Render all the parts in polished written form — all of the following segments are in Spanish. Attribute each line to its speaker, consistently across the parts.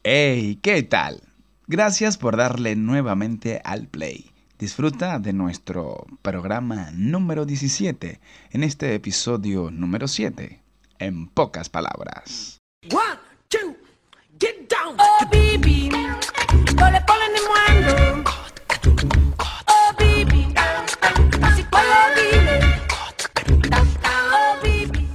Speaker 1: Hey, ¿qué tal? Gracias por darle nuevamente al play. Disfruta de nuestro programa número 17, en este episodio número 7, en pocas palabras.
Speaker 2: 1, 2, get down. Oh, baby, pole pole ni muendo. Oh, baby, si pole vive. Oh, baby.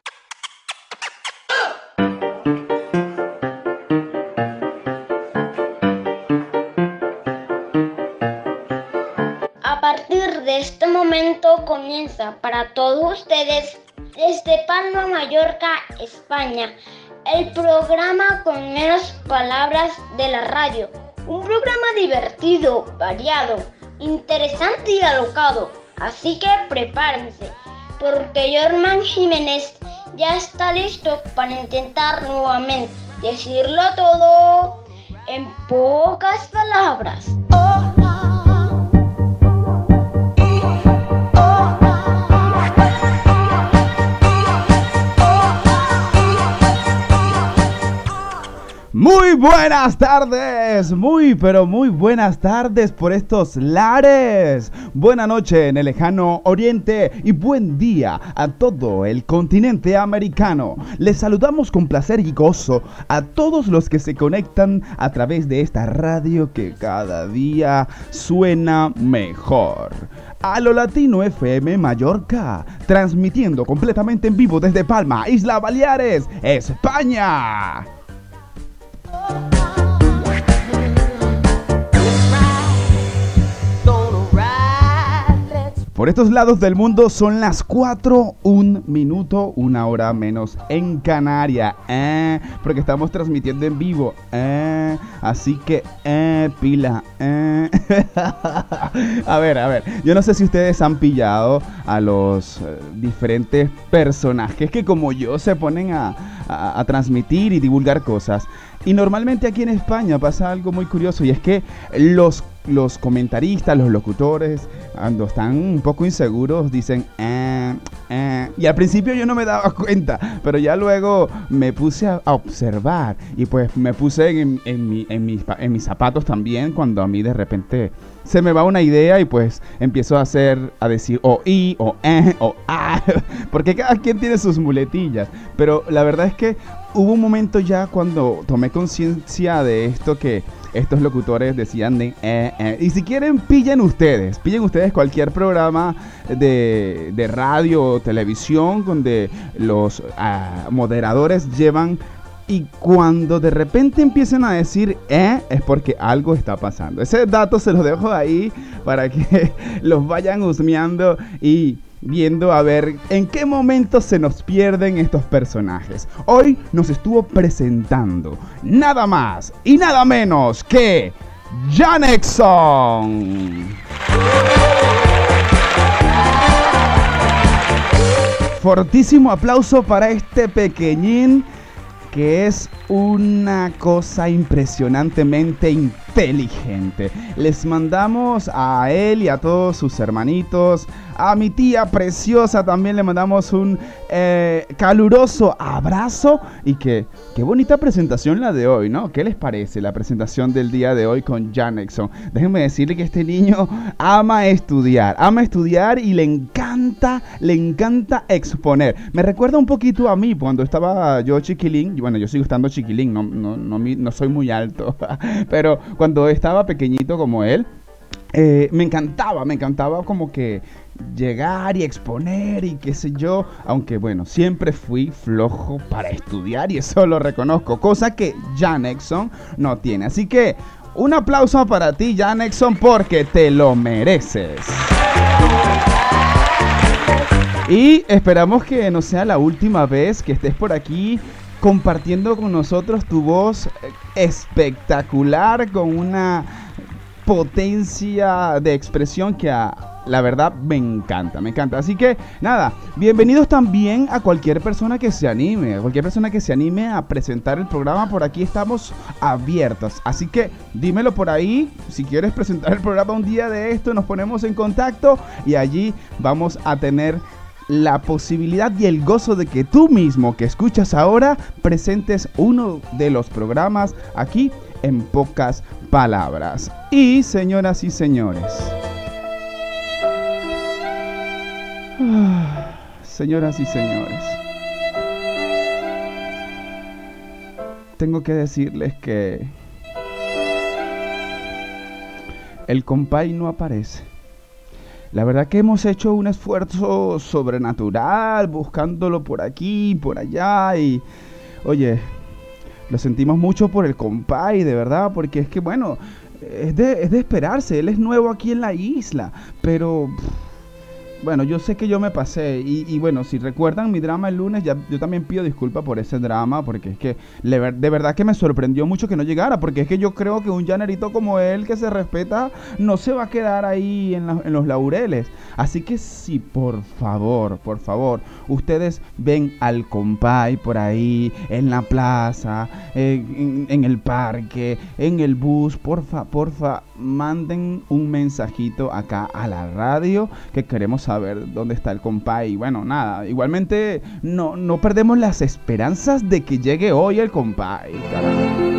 Speaker 3: A partir de este momento comienza para todos ustedes desde Palma, Mallorca, España, el programa con menos palabras de la radio. Un programa divertido, variado, interesante y alocado. Así que prepárense, porque Jorman Jiménez ya está listo para intentar nuevamente decirlo todo en pocas palabras.
Speaker 4: Muy buenas tardes, pero muy buenas tardes por estos lares. Buena noche en el lejano oriente y buen día a todo el continente americano. Les saludamos con placer y gozo a todos los que se conectan a través de esta radio que cada día suena mejor. A lo Latino FM Mallorca, transmitiendo completamente en vivo desde Palma, Islas Baleares, España. Por estos lados del mundo son las 4, 1 minuto, 1 hora menos en Canarias, porque estamos transmitiendo en vivo, así que, pila, A ver, yo no sé si ustedes han pillado a los diferentes personajes que como yo se ponen a transmitir y divulgar cosas. Y normalmente aquí en España pasa algo muy curioso, y es que los comentaristas, los locutores, cuando están un poco inseguros, dicen y al principio yo no me daba cuenta, pero ya luego me puse a observar y pues me puse en mis zapatos también, cuando a mí de repente se me va una idea y pues empiezo a decir o i, o o a, porque cada quien tiene sus muletillas. Pero la verdad es que hubo un momento ya cuando tomé conciencia de esto, que estos locutores decían y si quieren pillen ustedes cualquier programa de radio o televisión donde los moderadores llevan, y cuando de repente empiecen a decir es porque algo está pasando. Ese dato se los dejo ahí para que los vayan husmeando y viendo a ver en qué momento se nos pierden estos personajes. Hoy nos estuvo presentando nada más y nada menos que Janexon. Fortísimo aplauso para este pequeñín, que es una cosa impresionantemente inteligente. Les mandamos a él y a todos sus hermanitos, a mi tía preciosa también le mandamos un caluroso abrazo. Y qué bonita presentación la de hoy, ¿no? ¿Qué les parece la presentación del día de hoy con Janexon? Déjenme decirle que este niño ama estudiar y le encanta exponer. Me recuerda un poquito a mí cuando estaba yo chiquilín. Bueno, yo sigo estando chiquilín, no soy muy alto, pero cuando estaba pequeñito como él, me encantaba como que llegar y exponer y qué sé yo, aunque bueno, siempre fui flojo para estudiar y eso lo reconozco, cosa que Janexon no tiene. Así que un aplauso para ti, Janexon, porque te lo mereces. Y esperamos que no sea la última vez que estés por aquí compartiendo con nosotros tu voz espectacular, con una potencia de expresión que la verdad me encanta. Así que nada, bienvenidos también a cualquier persona que se anime, a presentar el programa. Por aquí estamos abiertos, así que dímelo por ahí, si quieres presentar el programa un día de esto, nos ponemos en contacto y allí vamos a tener la posibilidad y el gozo de que tú mismo que escuchas ahora presentes uno de los programas aquí en Pocas Palabras. Y señoras y señores, señoras y señores, tengo que decirles que el compay no aparece. La verdad que hemos hecho un esfuerzo sobrenatural buscándolo por aquí, por allá y... Oye, lo sentimos mucho por el compay, de verdad, porque es que bueno, es de esperarse, él es nuevo aquí en la isla, pero... Bueno, yo sé que yo me pasé y bueno, si recuerdan mi drama el lunes, yo también pido disculpas por ese drama, porque es que de verdad que me sorprendió mucho que no llegara, porque es que yo creo que un llanerito como él, que se respeta, no se va a quedar ahí en los laureles. Así que sí, por favor, ustedes ven al compay por ahí, en la plaza, en el parque, en el bus, porfa, manden un mensajito acá a la radio, que queremos saber dónde está el compay. Y bueno, nada, igualmente no perdemos las esperanzas de que llegue hoy el compay, carajo.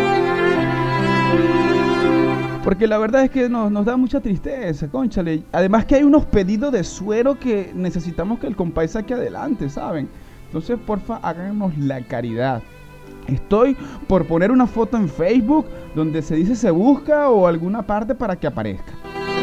Speaker 4: Porque la verdad es que nos da mucha tristeza, cónchale. Además que hay unos pedidos de suero que necesitamos que el compay saque adelante, ¿saben? Entonces, porfa, háganos la caridad. Estoy por poner una foto en Facebook donde se dice se busca o alguna parte para que aparezca.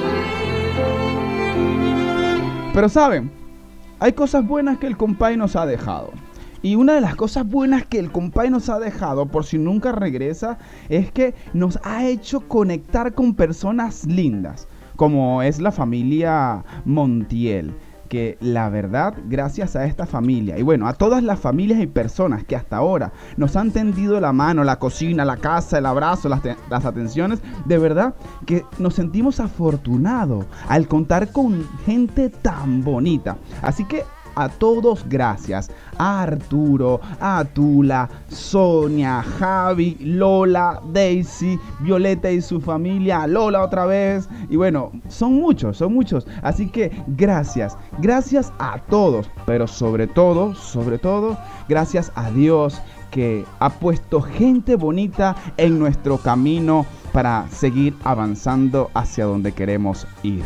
Speaker 4: Pero saben, hay cosas buenas que el compay nos ha dejado. Y una de las cosas buenas que el compay nos ha dejado, por si nunca regresa, es que nos ha hecho conectar con personas lindas, como es la familia Montiel. Que la verdad, gracias a esta familia y bueno, a todas las familias y personas que hasta ahora nos han tendido la mano, la cocina, la casa, el abrazo, las atenciones, de verdad que nos sentimos afortunados al contar con gente tan bonita. Así que a todos gracias, a Arturo, a Tula, Sonia, Javi, Lola, Daisy, Violeta y su familia, Lola otra vez, y bueno, son muchos, así que gracias a todos, pero sobre todo, gracias a Dios que ha puesto gente bonita en nuestro camino para seguir avanzando hacia donde queremos ir.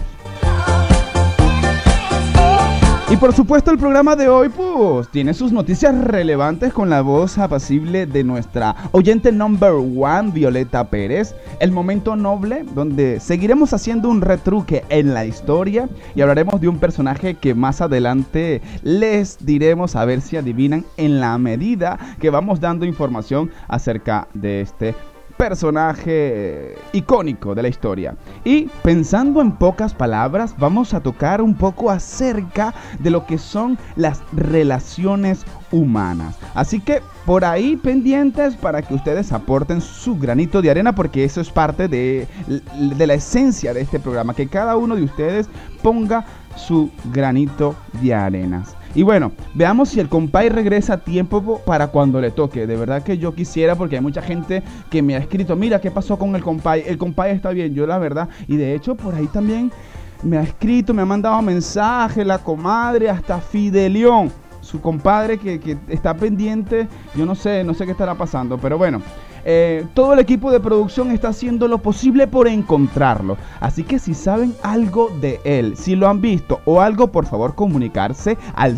Speaker 4: Y por supuesto el programa de hoy pues tiene sus noticias relevantes con la voz apacible de nuestra oyente number one, Violeta Pérez. El momento noble, donde seguiremos haciendo un retruque en la historia y hablaremos de un personaje que más adelante les diremos a ver si adivinan en la medida que vamos dando información acerca de este personaje icónico de la historia. Y pensando en pocas palabras, vamos a tocar un poco acerca de lo que son las relaciones humanas. Así que por ahí pendientes para que ustedes aporten su granito de arena, porque eso es parte de la esencia de este programa, que cada uno de ustedes ponga su granito de arenas. Y bueno, veamos si el compay regresa a tiempo para cuando le toque. De verdad que yo quisiera, porque hay mucha gente que me ha escrito, mira, ¿qué pasó con el compay? El compay está bien, yo la verdad. Y de hecho, por ahí también me ha escrito, me ha mandado mensajes, la comadre, hasta Fidelión, su compadre que está pendiente. Yo no sé qué estará pasando, pero bueno. Todo el equipo de producción está haciendo lo posible por encontrarlo. Así que si saben algo de él, si lo han visto o algo, por favor comunicarse al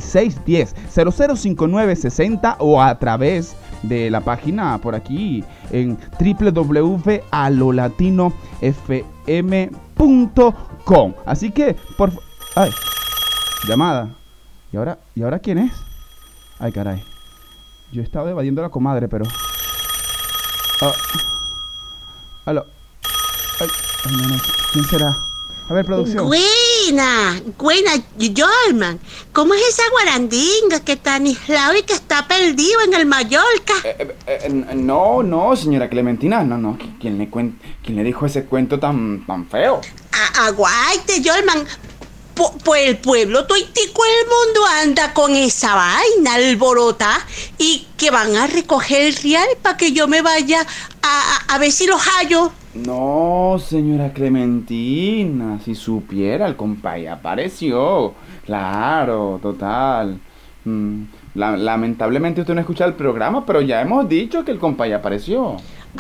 Speaker 4: 610-005960 o a través de la página por aquí en www.alolatinofm.com. Así que ¡ay! Llamada. ¿Y ahora quién es? Ay, caray. Yo estaba evadiendo a la comadre, pero... aló. Ay, no. ¿Quién será? A ver, producción.
Speaker 5: Buena, Yolman. ¿Cómo es esa guarandinga que está aislado y que está perdido en el Mallorca?
Speaker 1: No, señora Clementina, no. ¿Quién le dijo ese cuento tan feo?
Speaker 5: Aguante, Yolman. Pues el pueblo tuitico del mundo anda con esa vaina alborota y que van a recoger el real para que yo me vaya a ver si los hallo.
Speaker 1: No, señora Clementina, si supiera, el compay apareció.
Speaker 4: Claro, total. Lamentablemente usted no escucha el programa, pero ya hemos dicho que el compay apareció.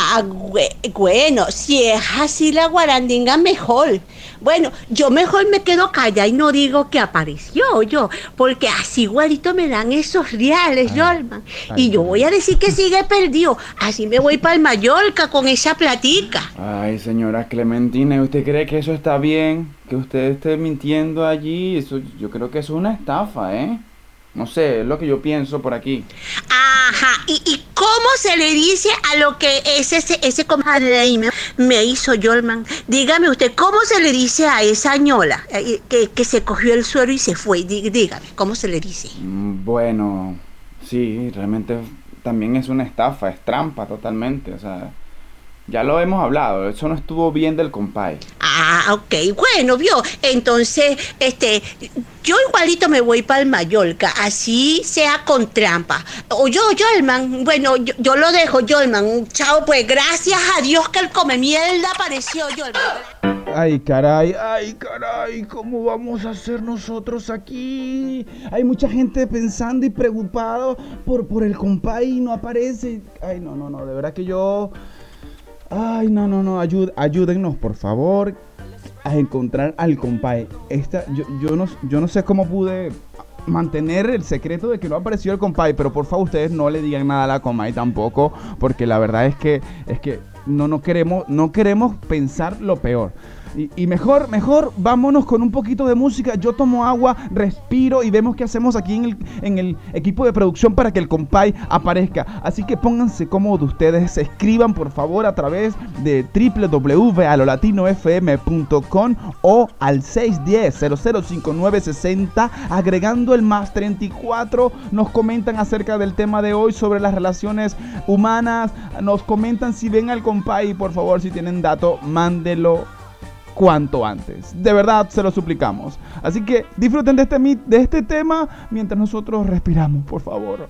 Speaker 5: Bueno, si es así la guarandinga, mejor. Bueno, yo mejor me quedo callada y no digo que apareció yo, porque así igualito me dan esos reales, Yolman. Y yo voy a decir que sigue perdido. Así me voy para el Mallorca con esa platica.
Speaker 4: Ay, señora Clementina, ¿usted cree que eso está bien? Que usted esté mintiendo allí. Eso, yo creo que eso es una estafa, ¿eh? No sé, es lo que yo pienso por aquí.
Speaker 5: Ajá, ¿y cómo se le dice a lo que ese compadre ahí me hizo, Yolman? Dígame usted, ¿cómo se le dice a esa ñola que se cogió el suero y se fue? Dígame, ¿cómo se le dice?
Speaker 4: Bueno, sí, realmente también es una estafa, es trampa totalmente, o sea... Ya lo hemos hablado, eso no estuvo bien del compay.
Speaker 5: Ah, ok, bueno, vio. Entonces, yo igualito me voy para el Mallorca, así sea con trampa. O yo, Yolman, bueno, yo lo dejo, Yolman. Chao, pues gracias a Dios que el come mierda apareció, Yolman.
Speaker 4: Ay, caray, ¿cómo vamos a hacer nosotros aquí? Hay mucha gente pensando y preocupado por el compay y no aparece. Ay, no, de verdad que yo... Ay, no, ayúdennos, por favor, a encontrar al compay. Yo no sé cómo pude mantener el secreto de que no apareció el compay, pero por favor ustedes no le digan nada a la compay tampoco, porque la verdad es que no queremos pensar lo peor. Y mejor vámonos con un poquito de música. Yo tomo agua, respiro y vemos qué hacemos aquí en el equipo de producción para que el compay aparezca. Así que pónganse cómodos ustedes, escriban por favor a través de www.alolatinofm.com o al 610-005960, agregando el más 34. Nos comentan acerca del tema de hoy sobre las relaciones humanas. Nos comentan si ven al compay, por favor, si tienen dato, mándelo cuanto antes. De verdad, se lo suplicamos. Así que disfruten de este tema mientras nosotros respiramos, por favor.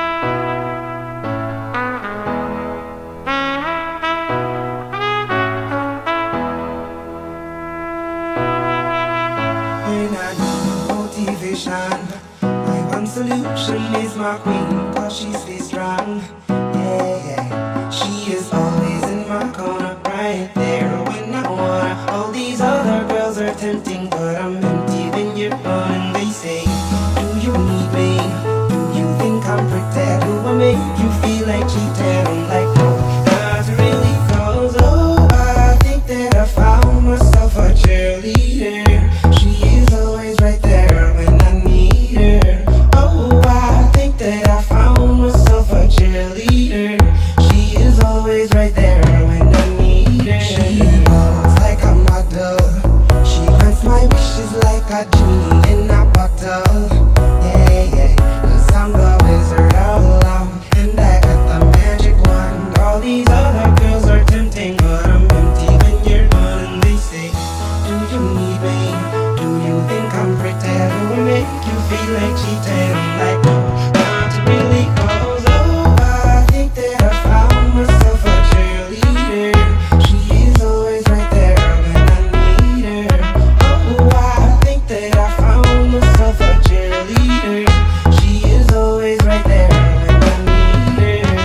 Speaker 6: When I need motivation, my one solution is my queen, 'cause she stays strong. Yeah. She is always in my corner, right there when I wanna. All these other girls are tempting, but I'm empty when you're gone. And they say, do you need me? Do you think I'm pretend? Do I make you feel like cheating? I'm like, no, not really, 'cause oh, I think that I found myself a cheerleader. She is always right there when I need her. Oh, I think that I found myself a cheerleader. She is always right there when I need her. She looks like a model. She grants my wishes like a genie in a bottle. Yeah, 'cause I'm the wizard all along, and I got the magic wand. All these other girls are tempting, but I'm empty when you're gone. And they say, do you need me? Do you think I'm pretty? Do I make you feel like cheating? I'm like, no, not really, 'cause oh, I think that I found myself a cheerleader. She is always right there when I need her. Oh, I think that I found myself a cheerleader. She is always right there when I need her.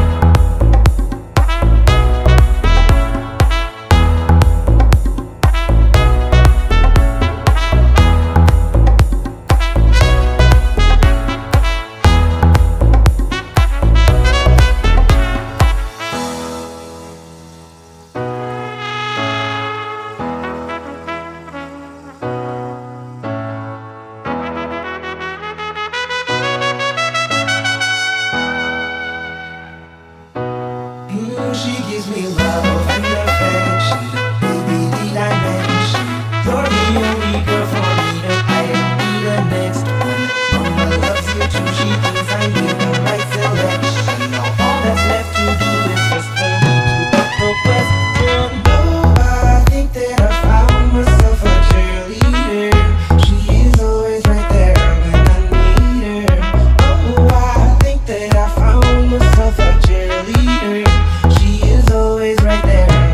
Speaker 6: She gives me love and affection, baby, the dimension. You're the only girl for me, and I don't be the next one. Mama loves you too, she thinks I made the right selection. Now all that's left to do is just for me to put the question. Oh, I think that I found myself a cheerleader. She is always right there when I need her. Oh, I think that I found myself a cheerleader. She is always right there.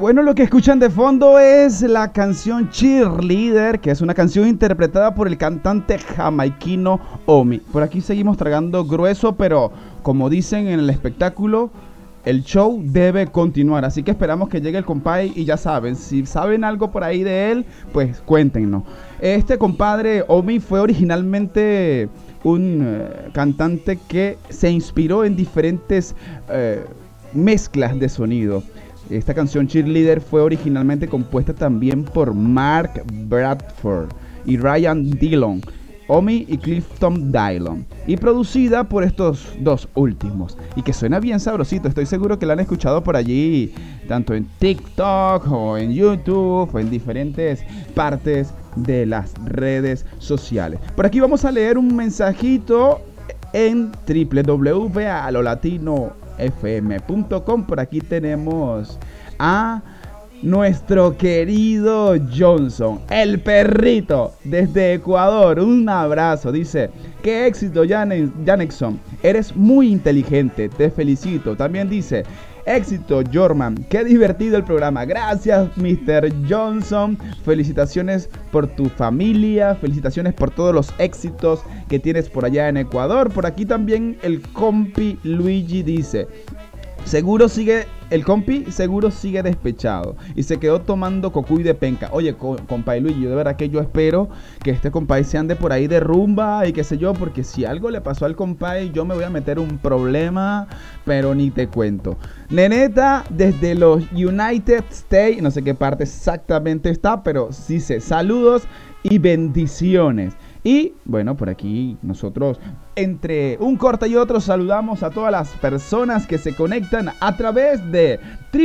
Speaker 4: Bueno, lo que escuchan de fondo es la canción Cheerleader, que es una canción interpretada por el cantante jamaiquino Omi. Por aquí seguimos tragando grueso, pero como dicen en el espectáculo, el show debe continuar. Así que esperamos que llegue el compay y ya saben, si saben algo por ahí de él, pues cuéntenos. Este compadre Omi fue originalmente un cantante que se inspiró en diferentes mezclas de sonido. Esta canción Cheerleader fue originalmente compuesta también por Mark Bradford y Ryan Dillon, Omi y Clifton Dillon, y producida por estos dos últimos, y que suena bien sabrosito. Estoy seguro que la han escuchado por allí, tanto en TikTok o en YouTube o en diferentes partes de las redes sociales. Por aquí vamos a leer un mensajito en www.alolatinofm.com. Por aquí tenemos a nuestro querido Johnson, el perrito, desde Ecuador. Un abrazo. Dice: qué éxito, Janexon, eres muy inteligente, te felicito. También dice: éxito, Jorman, qué divertido el programa. Gracias, Mr. Johnson. Felicitaciones por tu familia, felicitaciones por todos los éxitos que tienes por allá en Ecuador. Por aquí también el compi Luigi dice: el compi seguro sigue despechado y se quedó tomando cocuy de penca. Oye, compay Luigi, de verdad que yo espero que este compay se ande por ahí de rumba y qué sé yo, porque si algo le pasó al compay, yo me voy a meter un problema, pero ni te cuento. Neneta, desde los United States, no sé qué parte exactamente está, pero sí sé, saludos y bendiciones. Y bueno, por aquí nosotros, entre un corte y otro, saludamos a todas las personas que se conectan a través de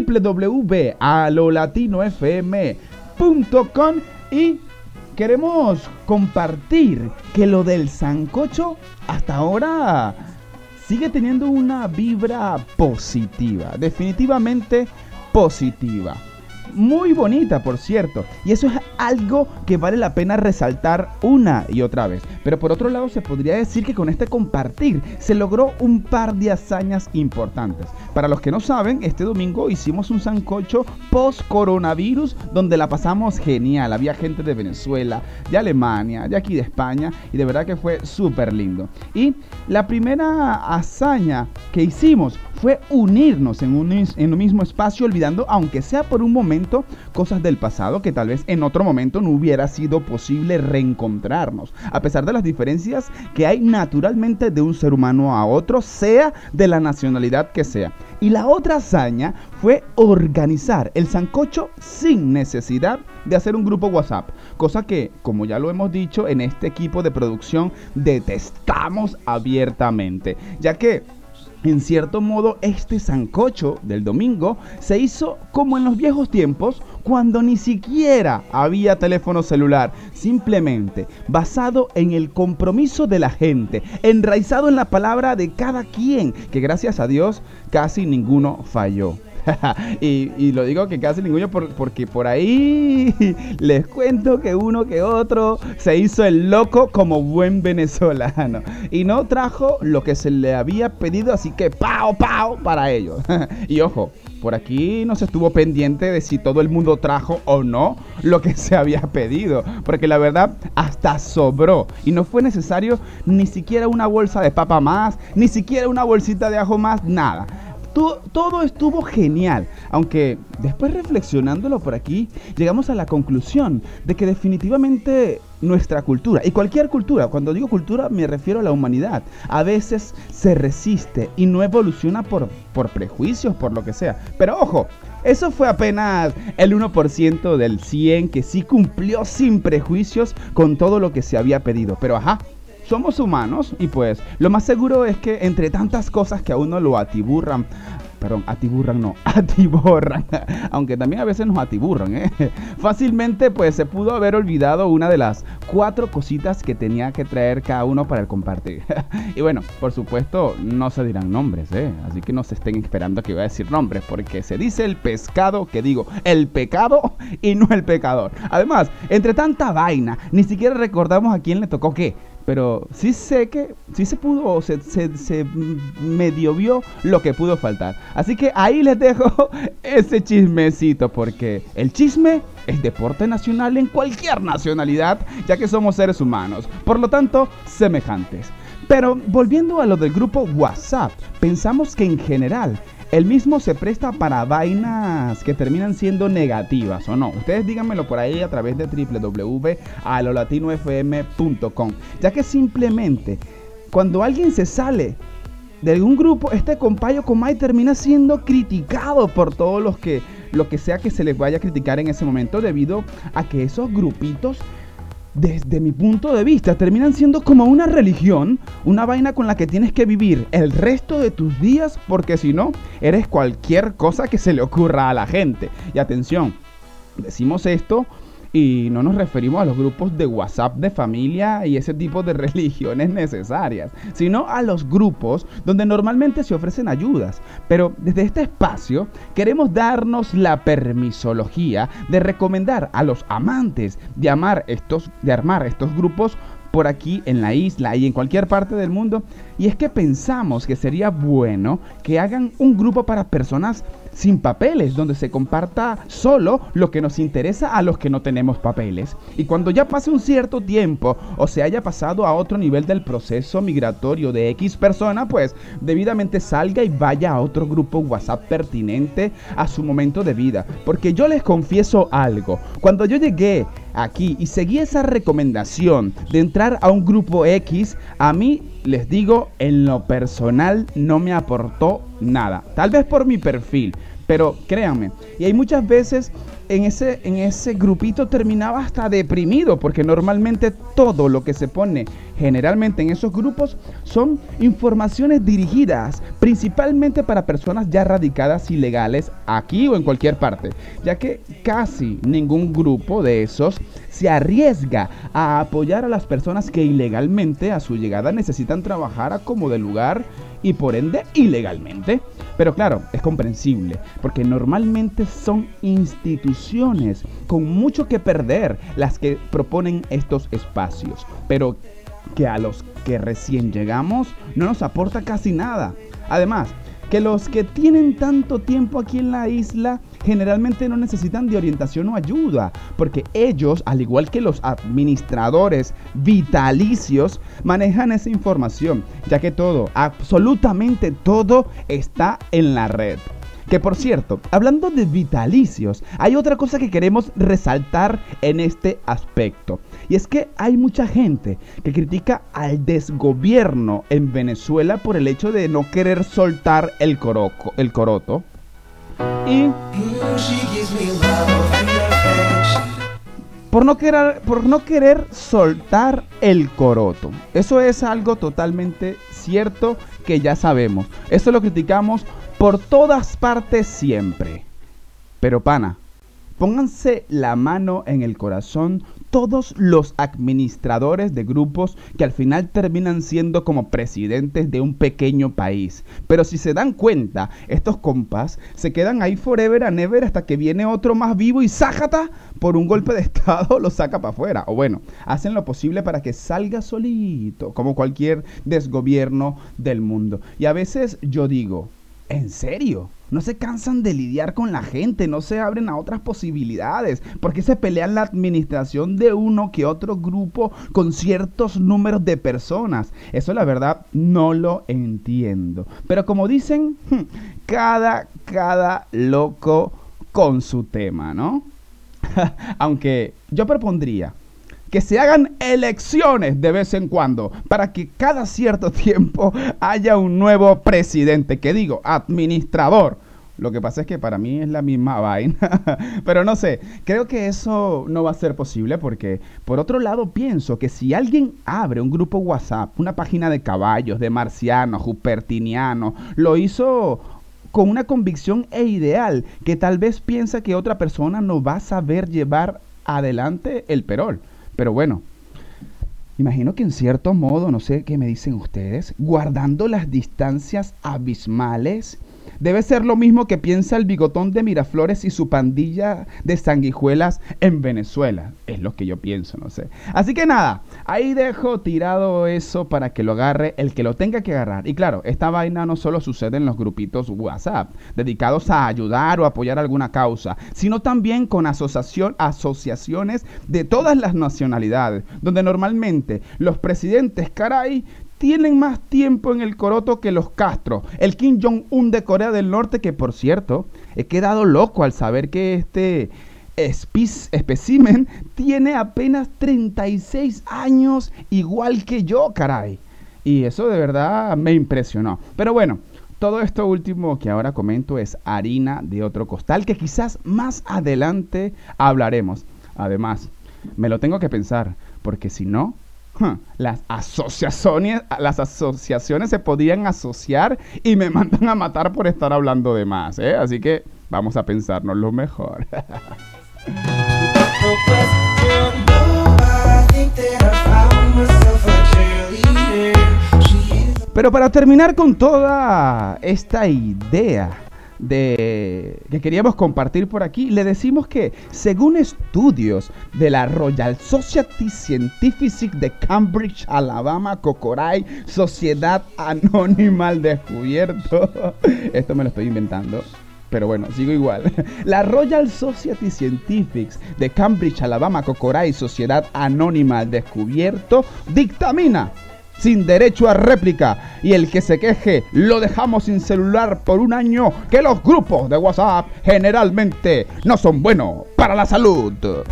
Speaker 4: www.alolatinofm.com, y queremos compartir que lo del sancocho hasta ahora sigue teniendo una vibra positiva, definitivamente positiva. Muy bonita, por cierto, y eso es algo que vale la pena resaltar una y otra vez. Pero por otro lado, se podría decir que con este compartir se logró un par de hazañas importantes. Para los que no saben, este domingo hicimos un sancocho post-coronavirus donde la pasamos genial. Había gente de Venezuela, de Alemania, de aquí de España, y de verdad que fue súper lindo. Y la primera hazaña que hicimos fue unirnos en un mismo espacio, olvidando, aunque sea por un momento, cosas del pasado que tal vez en otro momento no hubiera sido posible reencontrarnos, a pesar de las diferencias que hay naturalmente de un ser humano a otro, sea de la nacionalidad que sea. Y la otra hazaña fue organizar el sancocho sin necesidad de hacer un grupo WhatsApp, cosa que, como ya lo hemos dicho, en este equipo de producción detestamos abiertamente, ya que en cierto modo, este sancocho del domingo se hizo como en los viejos tiempos, cuando ni siquiera había teléfono celular, simplemente basado en el compromiso de la gente, enraizado en la palabra de cada quien, que gracias a Dios casi ninguno falló. y lo digo que casi ninguno porque por ahí les cuento que uno que otro se hizo el loco como buen venezolano y no trajo lo que se le había pedido, así que ¡pau, pau! Para ellos. Y ojo, por aquí no se estuvo pendiente de si todo el mundo trajo o no lo que se había pedido, porque la verdad hasta sobró y no fue necesario ni siquiera una bolsa de papa más, ni siquiera una bolsita de ajo más, nada. Todo estuvo genial, aunque después, reflexionándolo por aquí, llegamos a la conclusión de que definitivamente nuestra cultura, y cualquier cultura, cuando digo cultura me refiero a la humanidad, a veces se resiste y no evoluciona por prejuicios, por lo que sea. Pero ojo, eso fue apenas el 1% del 100 que sí cumplió sin prejuicios con todo lo que se había pedido. Pero somos humanos y pues lo más seguro es que entre tantas cosas que a uno lo atiborran, aunque también a veces nos atiburran, fácilmente pues se pudo haber olvidado una de las 4 cositas que tenía que traer cada uno para el compartir. Y bueno, por supuesto no se dirán nombres, así que no se estén esperando que voy a decir nombres, porque se dice el pescado, que digo, el pecado y no el pecador. Además, entre tanta vaina, ni siquiera recordamos a quién le tocó qué. pero sí sé que sí se pudo, o se medio vio lo que pudo faltar. Así que ahí les dejo ese chismecito, porque el chisme es deporte nacional en cualquier nacionalidad, ya que somos seres humanos, por lo tanto, semejantes. Pero volviendo a lo del grupo WhatsApp, pensamos que en general el mismo se presta para vainas que terminan siendo negativas, ¿o no? Ustedes díganmelo por ahí a través de www.alolatinofm.com, ya que simplemente cuando alguien se sale de algún grupo, este compayo comay termina siendo criticado por todos lo que sea que se les vaya a criticar en ese momento, debido a que esos grupitos, desde mi punto de vista, terminan siendo como una religión, una vaina con la que tienes que vivir el resto de tus días, porque si no, eres cualquier cosa que se le ocurra a la gente. Y atención, decimos esto y no nos referimos a los grupos de WhatsApp de familia y ese tipo de religiones necesarias, sino a los grupos donde normalmente se ofrecen ayudas. Pero desde este espacio queremos darnos la permisología de recomendar a los amantes de armar estos grupos por aquí en la isla y en cualquier parte del mundo, y es que pensamos que sería bueno que hagan un grupo para personas sin papeles, donde se comparta solo lo que nos interesa a los que no tenemos papeles, y cuando ya pase un cierto tiempo o se haya pasado a otro nivel del proceso migratorio de X persona, pues debidamente salga y vaya a otro grupo WhatsApp pertinente a su momento de vida. Porque yo les confieso algo, cuando yo llegué aquí y seguí esa recomendación de entrar a un grupo X, a mí, les digo, en lo personal no me aportó nada. Tal vez por mi perfil, pero créanme, y hay muchas veces en ese grupito terminaba hasta deprimido, porque normalmente todo lo que se pone generalmente en esos grupos son informaciones dirigidas principalmente para personas ya radicadas ilegales aquí o en cualquier parte, ya que casi ningún grupo de esos se arriesga a apoyar a las personas que ilegalmente a su llegada necesitan trabajar a como de lugar y por ende ilegalmente. Pero claro, es comprensible, porque normalmente son instituciones con mucho que perder las que proponen estos espacios, pero que a los que recién llegamos no nos aporta casi nada. Además, que los que tienen tanto tiempo aquí en la isla generalmente no necesitan de orientación o ayuda, porque ellos, al igual que los administradores vitalicios, manejan esa información, ya que todo, absolutamente todo, está en la red. Que por cierto, hablando de vitalicios, hay otra cosa que queremos resaltar en este aspecto, y es que hay mucha gente que critica al desgobierno en Venezuela por el hecho de no querer soltar el coroto. Y por no querer soltar el coroto. Eso es algo totalmente cierto que ya sabemos. Eso lo criticamos por todas partes siempre. Pero pana, pónganse la mano en el corazón todos los administradores de grupos que al final terminan siendo como presidentes de un pequeño país. Pero si se dan cuenta, estos compas se quedan ahí forever and ever hasta que viene otro más vivo y ¡zájata! Por un golpe de estado lo saca para afuera. O bueno, hacen lo posible para que salga solito, como cualquier desgobierno del mundo. Y a veces yo digo, ¿en serio? ¿No se cansan de lidiar con la gente? ¿No se abren a otras posibilidades? ¿Por qué se pelean la administración de uno que otro grupo con ciertos números de personas? Eso la verdad no lo entiendo. Pero como dicen, cada loco con su tema, ¿no? Aunque yo propondría que se hagan elecciones de vez en cuando para que cada cierto tiempo haya un nuevo presidente, que digo, administrador. Lo que pasa es que para mí es la misma vaina, pero no sé, creo que eso no va a ser posible porque, por otro lado, pienso que si alguien abre un grupo WhatsApp, una página de caballos, de marcianos, jupertinianos, lo hizo con una convicción e ideal que tal vez piensa que otra persona no va a saber llevar adelante el perol. Pero bueno, imagino que en cierto modo, no sé qué me dicen ustedes, guardando las distancias abismales, Debe ser lo mismo que piensa el bigotón de Miraflores y su pandilla de sanguijuelas en Venezuela. Es lo que yo pienso, no sé. Así que nada, ahí dejo tirado eso para que lo agarre el que lo tenga que agarrar. Y claro, esta vaina no solo sucede en los grupitos WhatsApp, dedicados a ayudar o apoyar alguna causa, sino también con asociaciones de todas las nacionalidades, donde normalmente los presidentes, caray, tienen más tiempo en el coroto que los Castro, el Kim Jong-un de Corea del Norte, que por cierto, he quedado loco al saber que este espécimen tiene apenas 36 años, igual que yo, caray. Y eso de verdad me impresionó. Pero bueno, todo esto último que ahora comento es harina de otro costal, que quizás más adelante hablaremos. Además, me lo tengo que pensar, porque si no, las asociaciones se podrían asociar y me mandan a matar por estar hablando de más, ¿eh? Así que vamos a pensarnos lo mejor. Pero para terminar con toda esta idea que queríamos compartir por aquí, le decimos que según estudios de la Royal Society Scientific de Cambridge, Alabama, Cocoray, Sociedad Anónima al Descubierto, esto me lo estoy inventando, pero bueno, sigo igual. La Royal Society Scientific de Cambridge, Alabama, Cocoray, Sociedad Anónima al Descubierto, dictamina sin derecho a réplica, y el que se queje lo dejamos sin celular por un año, que los grupos de WhatsApp generalmente no son buenos para la salud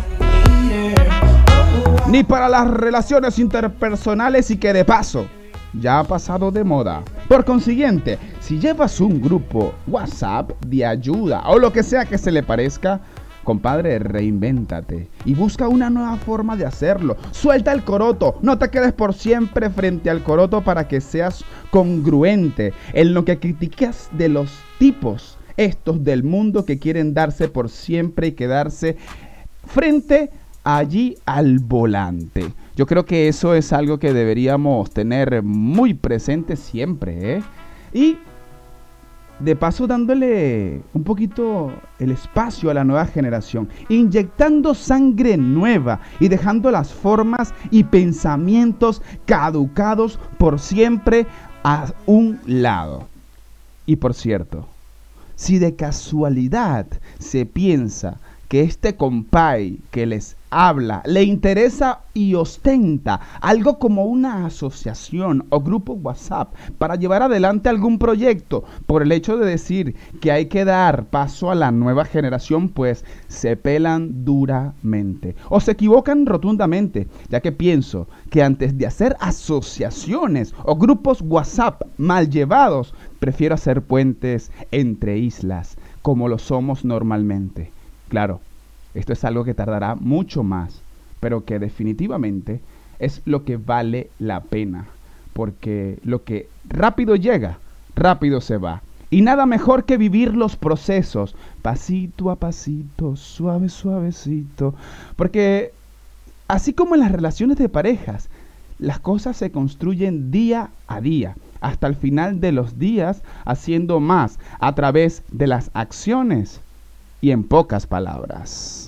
Speaker 4: ni para las relaciones interpersonales, y que de paso ya ha pasado de moda. Por consiguiente, si llevas un grupo WhatsApp de ayuda o lo que sea que se le parezca, compadre, reinvéntate y busca una nueva forma de hacerlo. Suelta el coroto, no te quedes por siempre frente al coroto, para que seas congruente en lo que criticas de los tipos estos del mundo que quieren darse por siempre y quedarse frente allí al volante. Yo creo que eso es algo que deberíamos tener muy presente siempre, ¿eh? Y de paso dándole un poquito el espacio a la nueva generación, inyectando sangre nueva y dejando las formas y pensamientos caducados por siempre a un lado. Y por cierto, si de casualidad se piensa que este compay que les habla le interesa y ostenta algo como una asociación o grupo WhatsApp para llevar adelante algún proyecto, por el hecho de decir que hay que dar paso a la nueva generación, pues se pelan duramente o se equivocan rotundamente, ya que pienso que antes de hacer asociaciones o grupos WhatsApp mal llevados, prefiero hacer puentes entre islas como lo somos normalmente. Claro, esto es algo que tardará mucho más, pero que definitivamente es lo que vale la pena, porque lo que rápido llega, rápido se va. Y nada mejor que vivir los procesos, pasito a pasito, suave, suavecito, porque así como en las relaciones de parejas, las cosas se construyen día a día, hasta el final de los días, haciendo más a través de las acciones. Y en pocas palabras.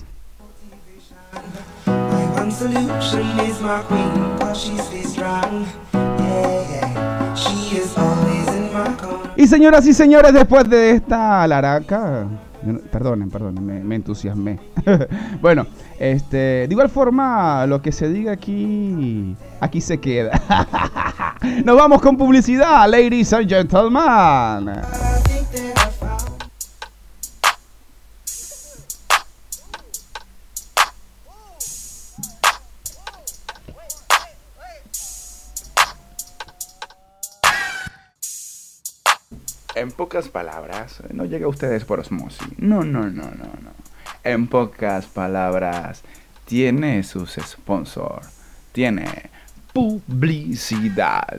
Speaker 4: Y señoras y señores, después de esta laraca, perdonen, me entusiasmé. Bueno, de igual forma, lo que se diga aquí se queda. Nos vamos con publicidad, ladies and gentlemen. En pocas palabras, no llega a ustedes por osmosis. No. En pocas palabras, tiene sus sponsors. Tiene publicidad.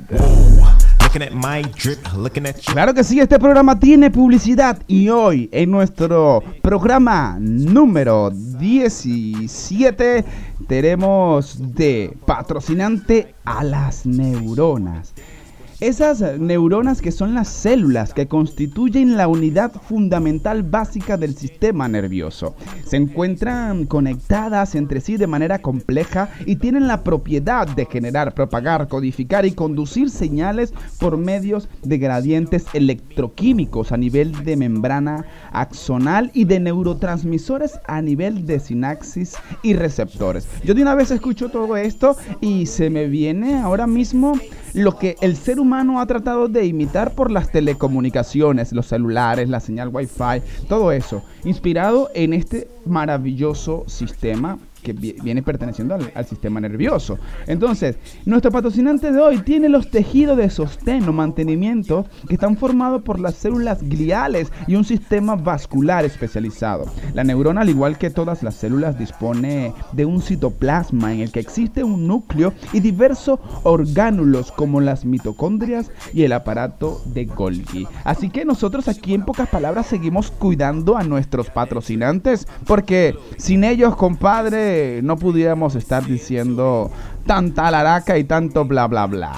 Speaker 4: Claro que sí, este programa tiene publicidad. Y hoy, en nuestro programa número 17, tenemos de patrocinante a las neuronas. Esas neuronas que son las células que constituyen la unidad fundamental básica del sistema nervioso. Se encuentran conectadas entre sí de manera compleja y tienen la propiedad de generar, propagar, codificar y conducir señales por medios de gradientes electroquímicos a nivel de membrana axonal y de neurotransmisores a nivel de sinapsis y receptores. Yo de una vez escucho todo esto y se me viene ahora mismo lo que el ser humano ha tratado de imitar por las telecomunicaciones, los celulares, la señal Wi-Fi, todo eso, inspirado en este maravilloso sistema que viene perteneciendo al sistema nervioso. Entonces, nuestro patrocinante de hoy tiene los tejidos de sostén o mantenimiento que están formados por las células gliales y un sistema vascular especializado. La neurona, al igual que todas las células, dispone de un citoplasma en el que existe un núcleo y diversos orgánulos como las mitocondrias y el aparato de Golgi. Así que nosotros aquí, en pocas palabras, seguimos cuidando a nuestros patrocinantes, porque sin ellos, compadre, no pudiéramos estar diciendo tanta laraca y tanto bla bla bla.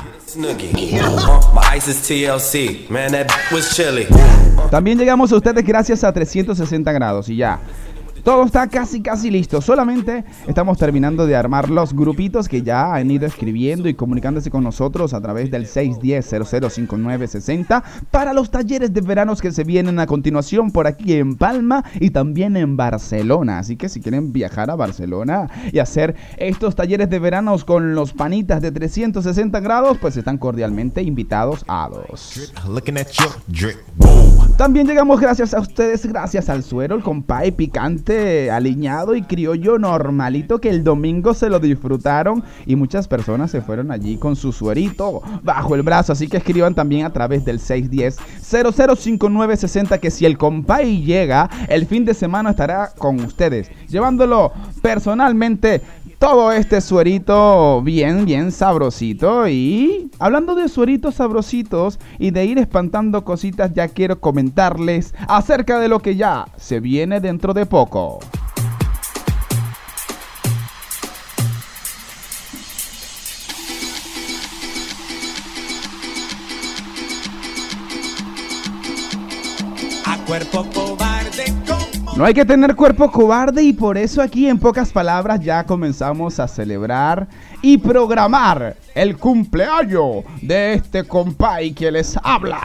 Speaker 4: También llegamos a ustedes gracias a 360 grados y ya. Todo está casi listo, solamente estamos terminando de armar los grupitos que ya han ido escribiendo y comunicándose con nosotros a través del 610-005960 para los talleres de veranos que se vienen a continuación por aquí en Palma y también en Barcelona. Así que si quieren viajar a Barcelona y hacer estos talleres de veranos con los panitas de 360 grados, pues están cordialmente invitados a dos. También llegamos gracias a ustedes, gracias al suero, el compay picante, aliñado y criollo normalito que el domingo se lo disfrutaron y muchas personas se fueron allí con su suerito bajo el brazo. Así que escriban también a través del 610-005960 que si el compay llega, el fin de semana estará con ustedes, llevándolo personalmente todo este suerito bien sabrosito. Y hablando de sueritos sabrositos y de ir espantando cositas, ya quiero comentarles acerca de lo que ya se viene dentro de poco.
Speaker 6: A cuerpo cobarde.
Speaker 4: No hay que tener cuerpo cobarde y por eso aquí en pocas palabras ya comenzamos a celebrar y programar el cumpleaños de este compay que les habla.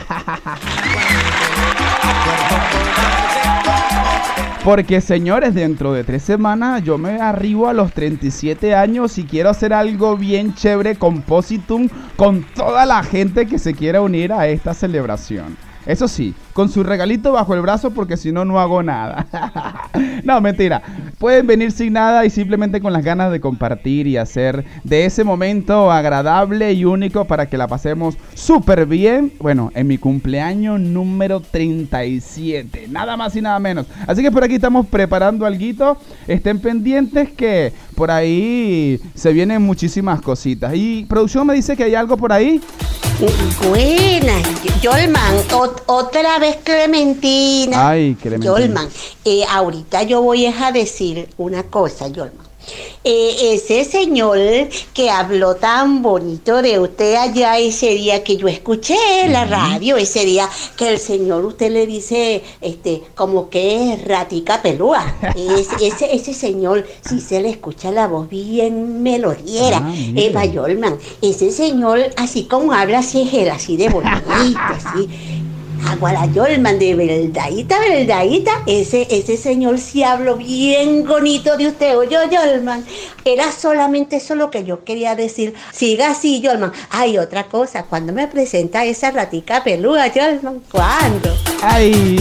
Speaker 4: Porque señores, dentro de 3 semanas yo me arribo a los 37 años y quiero hacer algo bien chévere con Positum, con toda la gente que se quiera unir a esta celebración. Eso sí, con su regalito bajo el brazo porque si no, no hago nada. No, mentira. Pueden venir sin nada y simplemente con las ganas de compartir y hacer de ese momento agradable y único para que la pasemos súper bien. Bueno, en mi cumpleaños número 37. Nada más y nada menos. Así que por aquí estamos preparando alguito. Estén pendientes que por ahí se vienen muchísimas cositas. Y producción me dice que hay algo por ahí.
Speaker 5: Buenas, Yolman, otra vez Clementina.
Speaker 4: Ay, Clementina.
Speaker 5: Yolman, ahorita yo voy a decir una cosa, Yolman. Ese señor que habló tan bonito de usted allá ese día que yo escuché en la radio, ese día que el señor usted le dice como que es ratica pelúa. Ese señor, si se le escucha la voz bien melodiera, Eva Yolman, ese señor así como habla así es él, así de bonito, así. Aguala Yolman, de verdadita, ese señor sí habló bien bonito de usted, oye Yolman, era solamente eso lo que yo quería decir, siga así Yolman. Ay, otra cosa, ¿cuándo me presenta esa ratica peluda, Yolman? ¿Cuándo?
Speaker 4: Ay,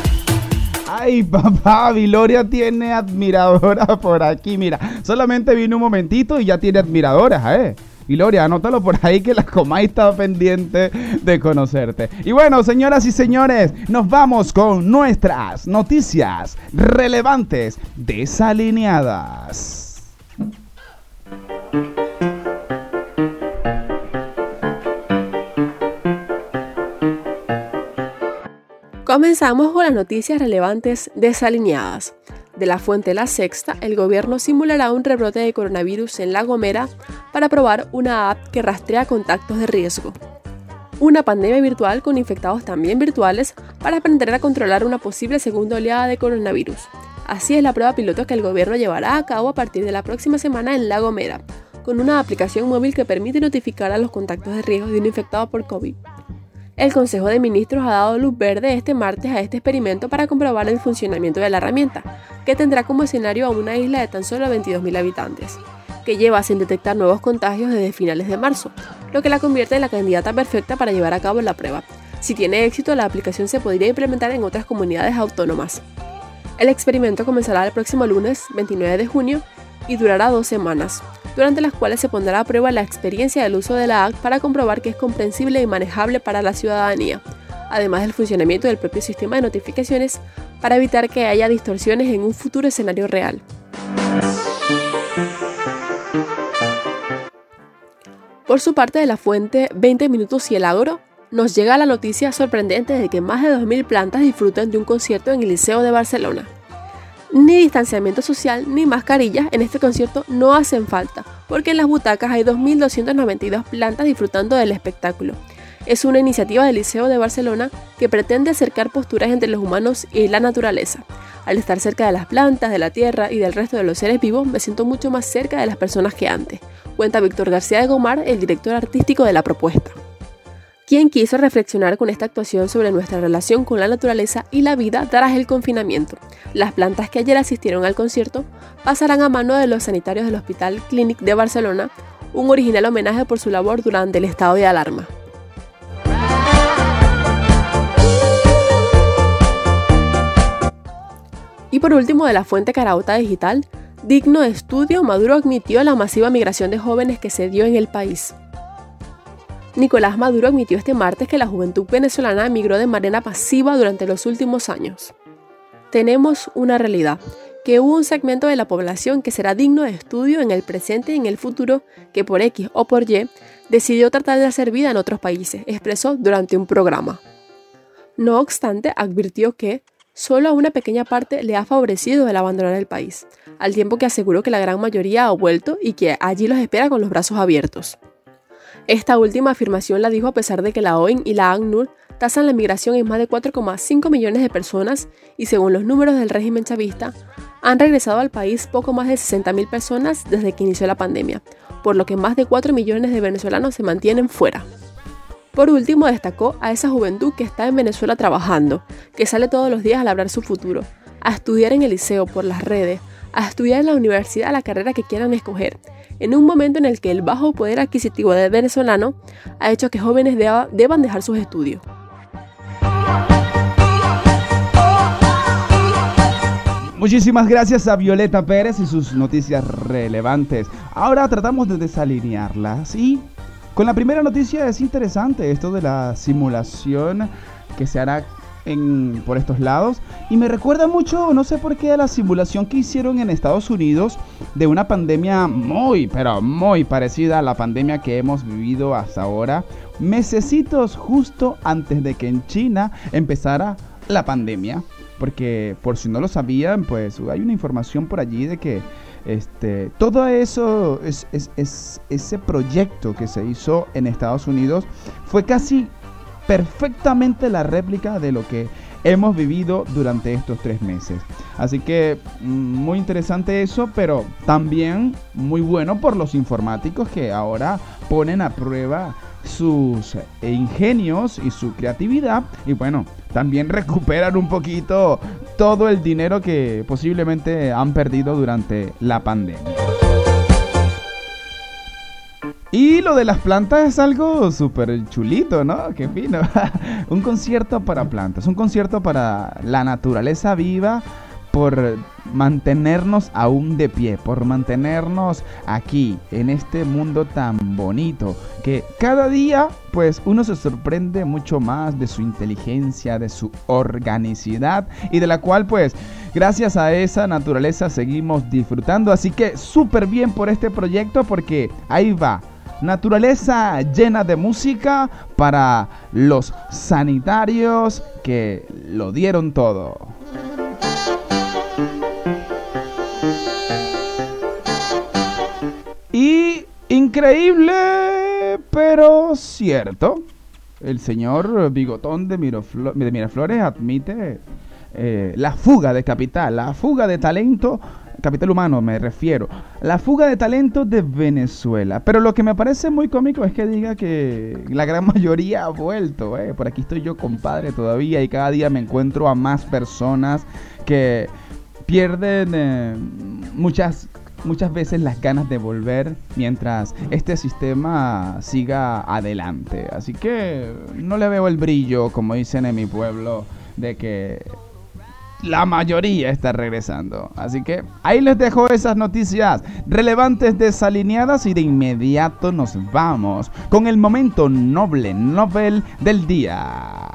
Speaker 4: papá, Viloria tiene admiradora por aquí, mira, solamente vino un momentito y ya tiene admiradoras, Gloria, anótalo por ahí que la Comay está pendiente de conocerte. Y bueno, señoras y señores, nos vamos con nuestras noticias relevantes desalineadas.
Speaker 7: Comenzamos con las noticias relevantes desalineadas. De la fuente La Sexta, el gobierno simulará un rebrote de coronavirus en La Gomera para probar una app que rastrea contactos de riesgo. una pandemia virtual con infectados también virtuales para aprender a controlar una posible segunda oleada de coronavirus. Así es la prueba piloto que el gobierno llevará a cabo a partir de la próxima semana en La Gomera, con una aplicación móvil que permite notificar a los contactos de riesgo de un infectado por COVID. El Consejo de Ministros ha dado luz verde este martes a este experimento para comprobar el funcionamiento de la herramienta, que tendrá como escenario a una isla de tan solo 22.000 habitantes, que lleva sin detectar nuevos contagios desde finales de marzo, lo que la convierte en la candidata perfecta para llevar a cabo la prueba. Si tiene éxito, la aplicación se podría implementar en otras comunidades autónomas. El experimento comenzará el próximo lunes 29 de junio y durará 2 semanas, durante las cuales se pondrá a prueba la experiencia del uso de la app para comprobar que es comprensible y manejable para la ciudadanía, además del funcionamiento del propio sistema de notificaciones para evitar que haya distorsiones en un futuro escenario real. Por su parte, de la fuente 20 Minutos y el Agro, nos llega la noticia sorprendente de que más de 2.000 plantas disfrutan de un concierto en el Liceo de Barcelona. Ni distanciamiento social ni mascarillas en este concierto no hacen falta, porque en las butacas hay 2.292 plantas disfrutando del espectáculo. Es una iniciativa del Liceo de Barcelona que pretende acercar posturas entre los humanos y la naturaleza. Al estar cerca de las plantas, de la tierra y del resto de los seres vivos, me siento mucho más cerca de las personas que antes, cuenta Víctor García de Gomar, el director artístico de la propuesta, quien quiso reflexionar con esta actuación sobre nuestra relación con la naturaleza y la vida tras el confinamiento. Las plantas que ayer asistieron al concierto pasarán a mano de los sanitarios del Hospital Clínic de Barcelona, un original homenaje por su labor durante el estado de alarma. Y por último, de la fuente Carauta Digital, digno de estudio, Maduro admitió la masiva migración de jóvenes que se dio en el país. Nicolás Maduro admitió este martes que la juventud venezolana migró de manera masiva durante los últimos años. Tenemos una realidad, que hubo un segmento de la población que será digno de estudio en el presente y en el futuro que por X o por Y decidió tratar de hacer vida en otros países, expresó durante un programa. No obstante, advirtió que solo a una pequeña parte le ha favorecido el abandonar el país, al tiempo que aseguró que la gran mayoría ha vuelto y que allí los espera con los brazos abiertos. Esta última afirmación la dijo a pesar de que la OIM y la ACNUR tasan la migración en más de 4,5 millones de personas y según los números del régimen chavista, han regresado al país poco más de 60.000 personas desde que inició la pandemia, por lo que más de 4 millones de venezolanos se mantienen fuera. Por último, destacó a esa juventud que está en Venezuela trabajando, que sale todos los días a labrar su futuro, a estudiar en el liceo por las redes, a estudiar en la universidad la carrera que quieran escoger, en un momento en el que el bajo poder adquisitivo del venezolano ha hecho que jóvenes deban dejar sus estudios.
Speaker 4: Muchísimas gracias a Violeta Pérez y sus noticias relevantes. Ahora tratamos de desalinearlas y con la primera noticia es interesante esto de la simulación que se hará por estos lados y me recuerda mucho, no sé por qué, a la simulación que hicieron en Estados Unidos de una pandemia muy, pero muy parecida a la pandemia que hemos vivido hasta ahora, mesecitos justo antes de que en China empezara la pandemia, porque por si no lo sabían, pues hay una información por allí de que todo eso, ese proyecto que se hizo en Estados Unidos fue casi perfectamente la réplica de lo que hemos vivido durante estos 3 meses. Así que muy interesante eso, pero también muy bueno por los informáticos que ahora ponen a prueba sus ingenios y su creatividad y bueno, también recuperan un poquito todo el dinero que posiblemente han perdido durante la pandemia. Y lo de las plantas es algo súper chulito, ¿no? Qué fino. Un concierto para plantas, un concierto para la naturaleza viva, por mantenernos aún de pie, por mantenernos aquí, en este mundo tan bonito, que cada día, pues, uno se sorprende mucho más de su inteligencia, de su organicidad, y de la cual, pues, gracias a esa naturaleza seguimos disfrutando. Así que súper bien por este proyecto, porque ahí va. Naturaleza llena de música para los sanitarios que lo dieron todo. Y increíble, pero cierto. el señor Bigotón de Miraflores admite la fuga de capital, la fuga de talento, capital humano me refiero, la fuga de talento de Venezuela. Pero lo que me parece muy cómico es que diga que la gran mayoría ha vuelto. Por aquí estoy yo, compadre, todavía, y cada día me encuentro a más personas que pierden muchas veces las ganas de volver mientras este sistema siga adelante. Así que no le veo el brillo, como dicen en mi pueblo, de que la mayoría está regresando. Así que ahí les dejo esas noticias relevantes desalineadas y de inmediato nos vamos con el momento noble Nobel del día.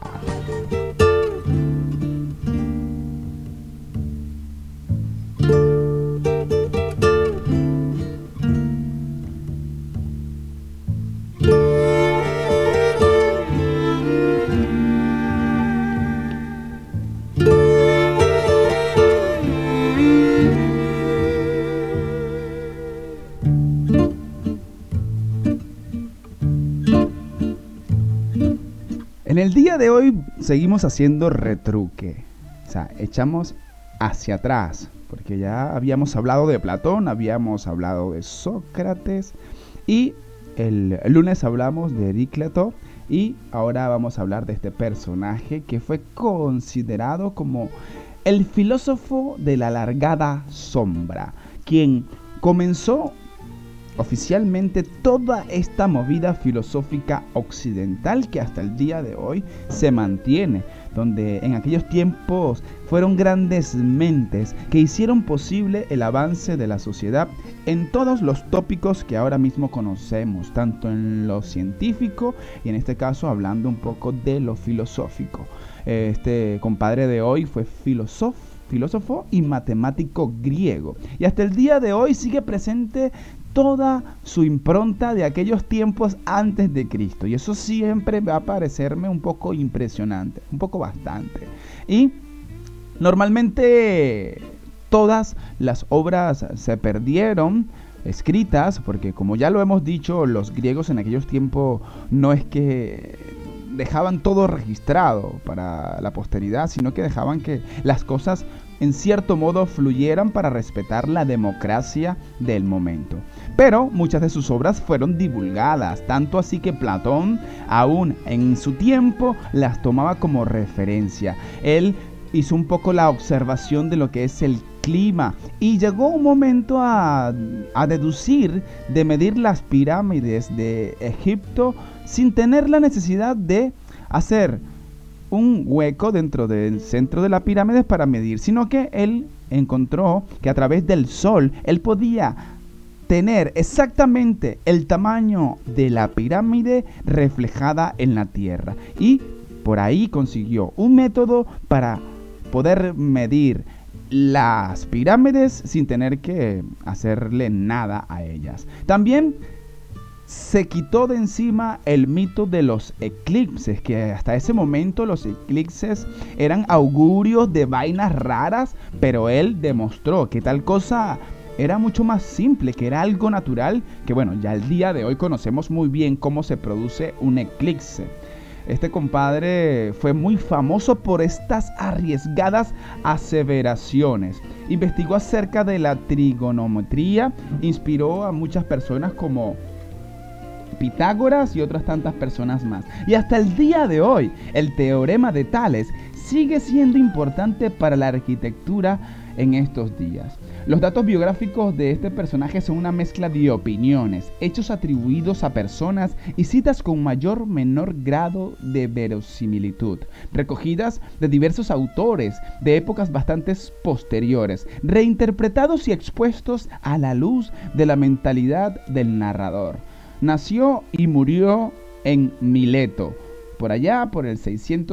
Speaker 4: En el día de hoy seguimos haciendo retruque, o sea, echamos hacia atrás, porque ya habíamos hablado de Platón, habíamos hablado de Sócrates y el lunes hablamos de Heráclito y ahora vamos a hablar de este personaje que fue considerado como el filósofo de la alargada sombra, quien comenzó oficialmente toda esta movida filosófica occidental que hasta el día de hoy se mantiene, donde en aquellos tiempos fueron grandes mentes que hicieron posible el avance de la sociedad en todos los tópicos que ahora mismo conocemos, tanto en lo científico y en este caso hablando un poco de lo filosófico. Este compadre de hoy fue filósofo y matemático griego, y hasta el día de hoy sigue presente toda su impronta de aquellos tiempos antes de Cristo, y eso siempre va a parecerme un poco impresionante, un poco bastante. Y normalmente todas las obras se perdieron escritas, porque como ya lo hemos dicho, los griegos en aquellos tiempos no es que dejaban todo registrado para la posteridad, sino que dejaban que las cosas en cierto modo fluyeran para respetar la democracia del momento. Pero muchas de sus obras fueron divulgadas, tanto así que Platón, aún en su tiempo, las tomaba como referencia. Él hizo un poco la observación de lo que es el clima y llegó un momento a deducir de medir las pirámides de Egipto sin tener la necesidad de hacer un hueco dentro del centro de la pirámide para medir, sino que él encontró que a través del sol él podía tener exactamente el tamaño de la pirámide reflejada en la tierra, y por ahí consiguió un método para poder medir las pirámides sin tener que hacerle nada a ellas. También se quitó de encima el mito de los eclipses, que hasta ese momento los eclipses eran augurios de vainas raras, pero él demostró que tal cosa era mucho más simple, que era algo natural, que bueno, ya al día de hoy conocemos muy bien cómo se produce un eclipse. Este compadre fue muy famoso por estas arriesgadas aseveraciones. Investigó acerca de la trigonometría, inspiró a muchas personas como Pitágoras y otras tantas personas más. Y hasta el día de hoy, el teorema de Tales sigue siendo importante para la arquitectura en estos días. Los datos biográficos de este personaje son una mezcla de opiniones, hechos atribuidos a personas y citas con mayor o menor grado de verosimilitud, recogidas de diversos autores de épocas bastante posteriores, reinterpretados y expuestos a la luz de la mentalidad del narrador. Nació y murió en Mileto, por allá por el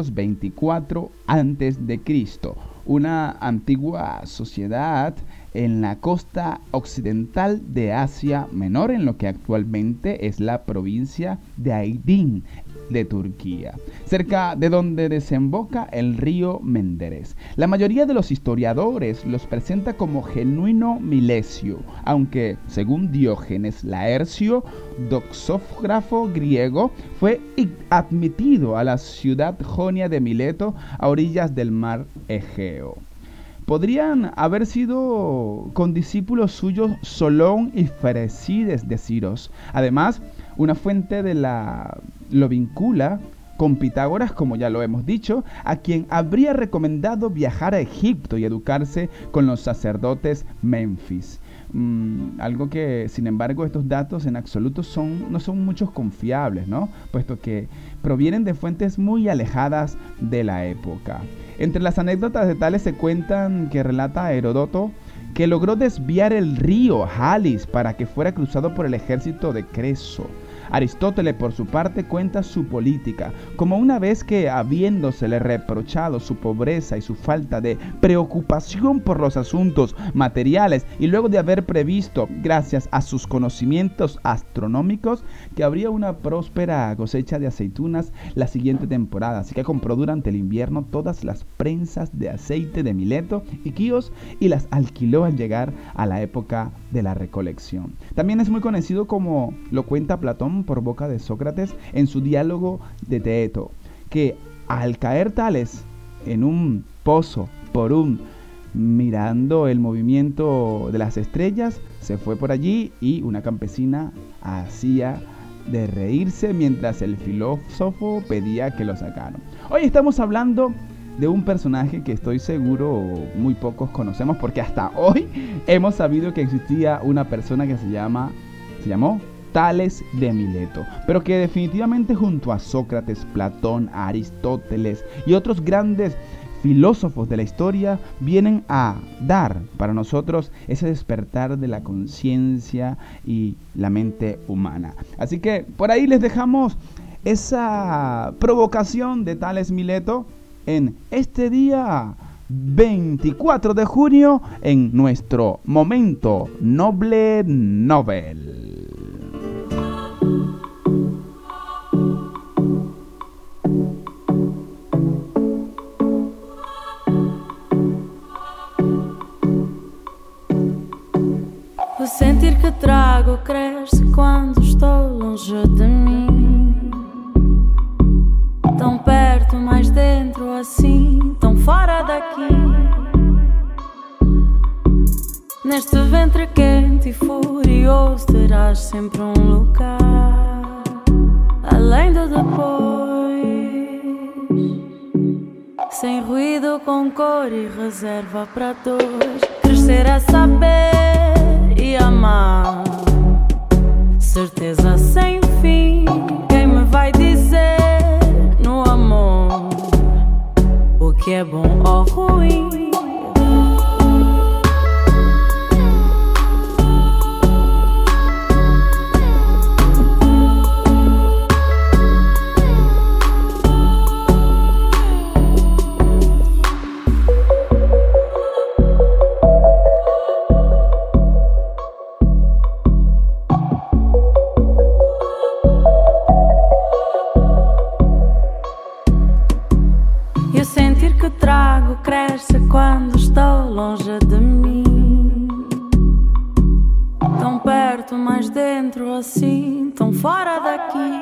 Speaker 4: 624 a.C., una antigua sociedad en la costa occidental de Asia Menor, en lo que actualmente es la provincia de Aydin, de Turquía, cerca de donde desemboca el río Menderes. La mayoría de los historiadores los presenta como genuino milesio, aunque, según Diógenes Laercio, doxógrafo griego, fue admitido a la ciudad jonia de Mileto, a orillas del mar Egeo. Podrían haber sido condiscípulos suyos Solón y Ferecides de Siros. Además, una fuente lo vincula con Pitágoras, como ya lo hemos dicho, a quien habría recomendado viajar a Egipto y educarse con los sacerdotes Menfis. Algo que, sin embargo, estos datos en absoluto no son muchos confiables, ¿no? Puesto que provienen de fuentes muy alejadas de la época. Entre las anécdotas de Tales se cuentan que relata Heródoto que logró desviar el río Halis para que fuera cruzado por el ejército de Creso. Aristóteles, por su parte, cuenta su política, como una vez que, habiéndosele reprochado su pobreza y su falta de preocupación por los asuntos materiales, y luego de haber previsto, gracias a sus conocimientos astronómicos, que habría una próspera cosecha de aceitunas la siguiente temporada, así que compró durante el invierno todas las prensas de aceite de Mileto y Quíos y las alquiló al llegar a la época de la recolección. También es muy conocido, como lo cuenta Platón por boca de Sócrates en su diálogo de Teeto, que al caer Tales en un pozo mirando el movimiento de las estrellas, se fue por allí y una campesina hacía de reírse mientras el filósofo pedía que lo sacaran. Hoy estamos hablando de un personaje que estoy seguro muy pocos conocemos, porque hasta hoy hemos sabido que existía una persona que se llamó Tales de Mileto, pero que definitivamente, junto a Sócrates, Platón, Aristóteles y otros grandes filósofos de la historia, vienen a dar para nosotros ese despertar de la conciencia y la mente humana. Así que por ahí les dejamos esa provocación de Tales Mileto en este día 24 de junio en nuestro Momento Noble Nobel.
Speaker 8: O sentir que trago cresce quando estou longe de mim. Tão perto, mais dentro assim, tão fora daqui. Neste ventre quente e furioso terás sempre um lugar além do depois. Sem ruído, com cor e reserva para dois. Crescer é saber e amar. Certeza sem fim. Quem me vai dizer no amor o que é bom ou ruim? Cresce quando estou longe de mim. Tão perto, mais dentro assim, tão fora daqui.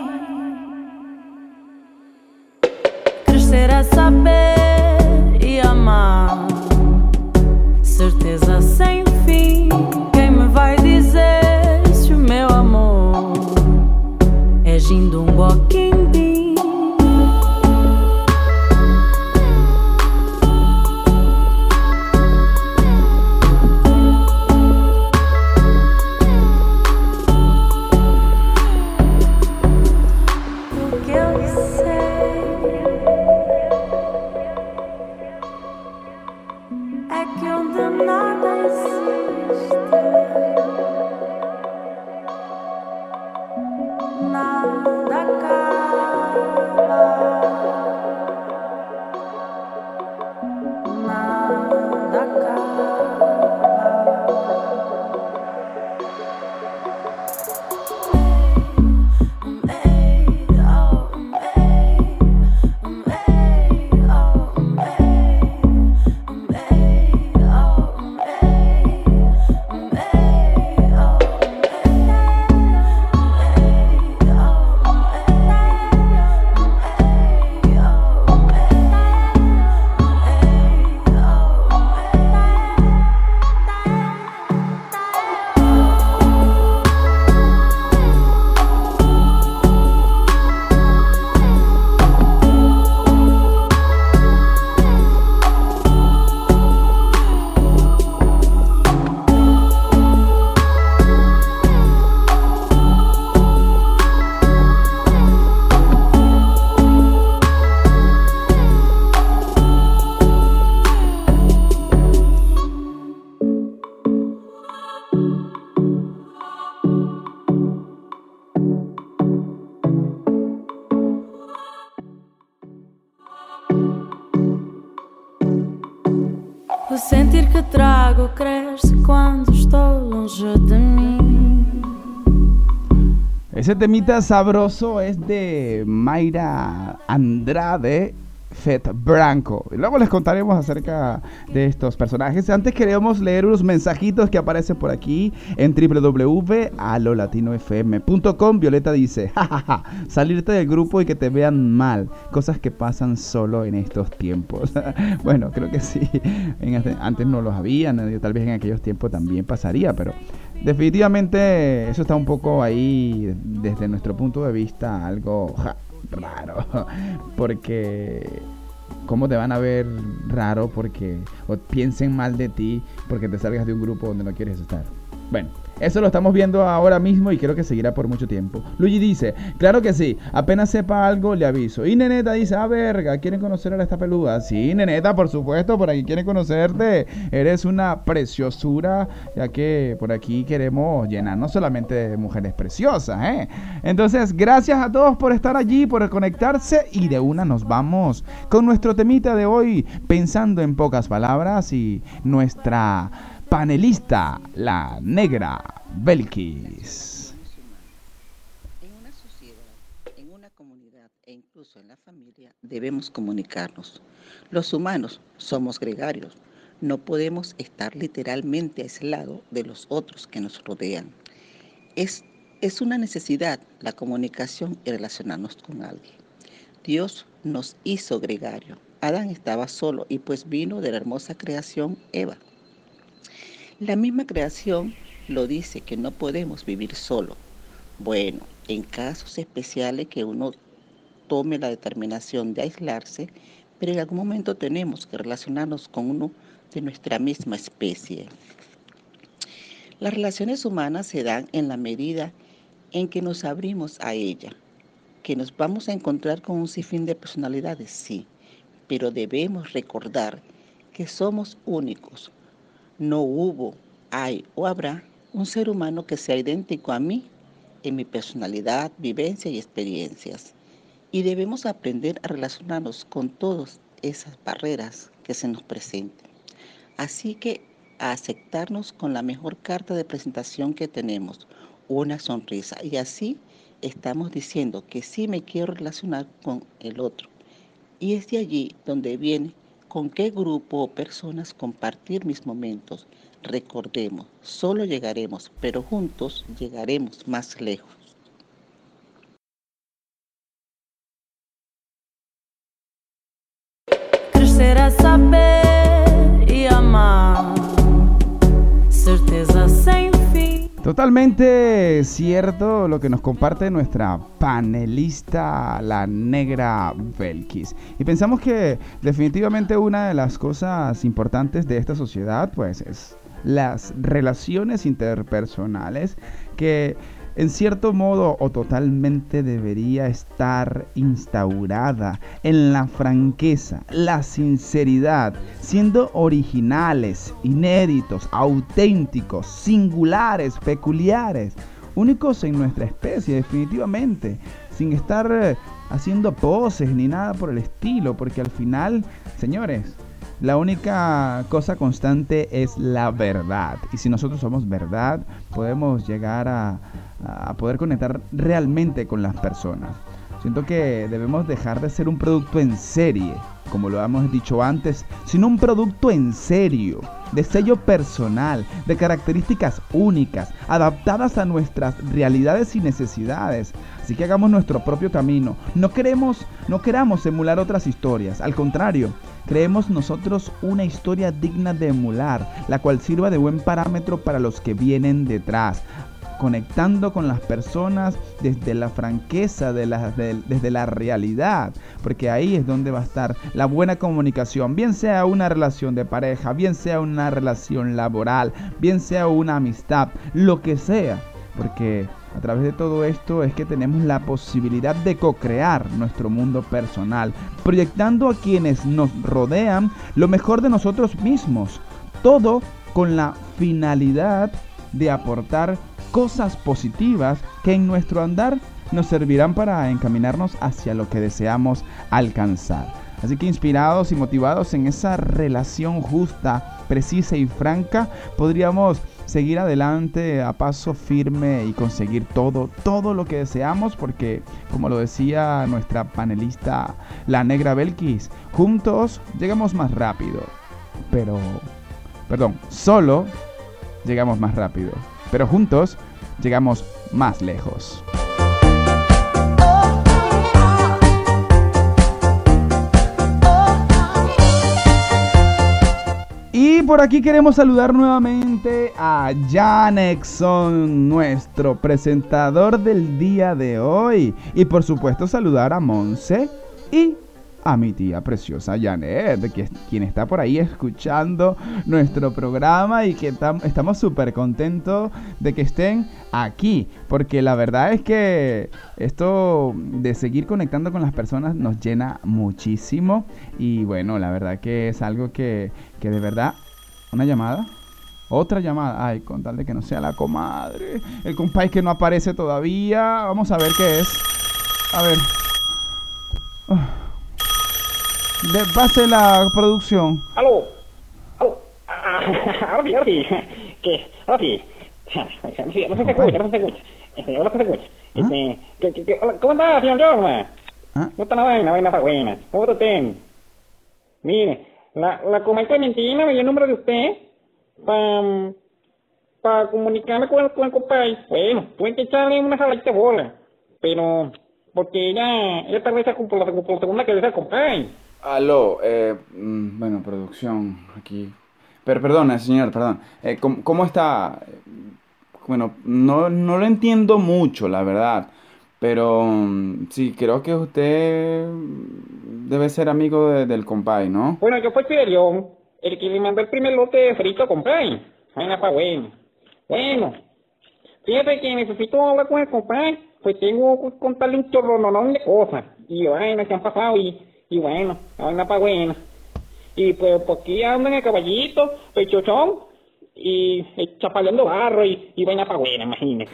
Speaker 8: Crescer é saber e amar. Certeza sem fim. Quem me vai dizer se o meu amor é Jindum ou Quimdim? É que onde nada existe O sentir que trago cresce quando estou longe de mim.
Speaker 4: Ese temita sabroso es de Mayra Andrade, Fet Branco. Y luego les contaremos acerca de estos personajes. Antes queremos leer unos mensajitos que aparecen por aquí en www.alolatinofm.com. Violeta dice: jajaja, salirte del grupo y que te vean mal, cosas que pasan solo en estos tiempos. Bueno, creo que sí. Antes no los había, tal vez en aquellos tiempos también pasaría, pero definitivamente eso está un poco ahí, desde nuestro punto de vista, algo raro, porque ¿cómo te van a ver raro porque o piensen mal de ti porque te salgas de un grupo donde no quieres estar? Bueno, eso lo estamos viendo ahora mismo y creo que seguirá por mucho tiempo. Luigi dice: claro que sí, apenas sepa algo le aviso. Y Neneta dice: verga, ¿quieren conocer a esta peluda? Sí, Neneta, por supuesto, por aquí quieren conocerte. Eres una preciosura, ya que por aquí queremos llenarnos solamente de mujeres preciosas, ¿eh? Entonces, gracias a todos por estar allí, por conectarse, y de una nos vamos con nuestro temita de hoy, pensando en pocas palabras, y nuestra panelista, la negra Belkis.
Speaker 9: En una sociedad, en una comunidad e incluso en la familia debemos comunicarnos. Los humanos somos gregarios. No podemos estar literalmente aislados de los otros que nos rodean. Es una necesidad la comunicación y relacionarnos con alguien. Dios nos hizo gregario. Adán estaba solo y pues vino de la hermosa creación Eva. La misma creación lo dice, que no podemos vivir solo. Bueno, en casos especiales que uno tome la determinación de aislarse, pero en algún momento tenemos que relacionarnos con uno de nuestra misma especie. Las relaciones humanas se dan en la medida en que nos abrimos a ella. Que nos vamos a encontrar con un sinfín de personalidades, sí, pero debemos recordar que somos únicos. No hubo, hay o habrá un ser humano que sea idéntico a mí en mi personalidad, vivencia y experiencias. Y debemos aprender a relacionarnos con todas esas barreras que se nos presenten. Así que a aceptarnos con la mejor carta de presentación que tenemos, una sonrisa. Y así estamos diciendo que sí me quiero relacionar con el otro. Y es de allí donde viene con qué grupo o personas compartir mis momentos. Recordemos, solo llegaremos, pero juntos llegaremos más lejos.
Speaker 8: Crescer a saber y amar, certeza sin fin.
Speaker 4: Totalmente cierto lo que nos comparte nuestra panelista, la negra Belkis. Y pensamos que definitivamente una de las cosas importantes de esta sociedad, pues, es las relaciones interpersonales, que en cierto modo o totalmente debería estar instaurada en la franqueza, la sinceridad, siendo originales, inéditos, auténticos, singulares, peculiares, únicos en nuestra especie, definitivamente, sin estar haciendo poses ni nada por el estilo, porque al final, señores, la única cosa constante es la verdad. Y si nosotros somos verdad, podemos llegar a poder conectar realmente con las personas. Siento que debemos dejar de ser un producto en serie, como lo hemos dicho antes, sino un producto en serio, de sello personal, de características únicas, adaptadas a nuestras realidades y necesidades. Así que hagamos nuestro propio camino. No queramos emular otras historias, al contrario, creemos nosotros una historia digna de emular, la cual sirva de buen parámetro para los que vienen detrás, conectando con las personas desde la franqueza, desde la realidad, porque ahí es donde va a estar la buena comunicación, bien sea una relación de pareja, bien sea una relación laboral, bien sea una amistad, lo que sea, porque a través de todo esto es que tenemos la posibilidad de co-crear nuestro mundo personal, proyectando a quienes nos rodean lo mejor de nosotros mismos, todo con la finalidad de aportar cosas positivas que en nuestro andar nos servirán para encaminarnos hacia lo que deseamos alcanzar. Así que inspirados y motivados en esa relación justa, precisa y franca, podríamos seguir adelante a paso firme y conseguir todo lo que deseamos, porque, como lo decía nuestra panelista, la Negra Belkis, juntos llegamos más rápido. Solo llegamos más rápido, pero juntos llegamos más lejos. Y por aquí queremos saludar nuevamente a Janexon, nuestro presentador del día de hoy. Y por supuesto saludar a Monse y a mi tía preciosa Janet, quien está por ahí escuchando nuestro programa y que estamos súper contentos de que estén aquí, porque la verdad es que esto de seguir conectando con las personas nos llena muchísimo y bueno, la verdad que es algo que de verdad... ¿Una llamada? Otra llamada. Ay, con tal de que no sea la comadre. El compay que no aparece todavía. Vamos a ver qué es. A ver. Pase la producción.
Speaker 10: Aló. Ahora sí. ¿Qué? Ahora sí. No se escucha. Ahora se escucha. ¿Cómo está, señor Jorma? ¿Cómo está la vaina está buena? ¿Cómo está usted? Mire, la comadre Clementina me dio el número de usted para comunicarme con el compay. Bueno, tuve que echarle una jaladita de bola, pero porque ella tal vez por la segunda que le compay.
Speaker 1: Aló, bueno, producción, aquí. Pero perdona, señor, perdón. ¿Cómo está? Bueno, no lo entiendo mucho, la verdad. Pero sí, creo que usted debe ser amigo del compay, ¿no?
Speaker 10: Bueno, yo fui Fidelión, el que le mandó el primer lote de frito a compay. Vaina pa' bueno. Bueno, fíjate que necesito hablar con el compay, pues tengo que contarle un chorrononón de cosas. Y vainas que han pasado y bueno, vaina pa' buena. Y pues por aquí andan el caballito, el chochón, y chapaleando barro y vaina pa' buena, imagínese.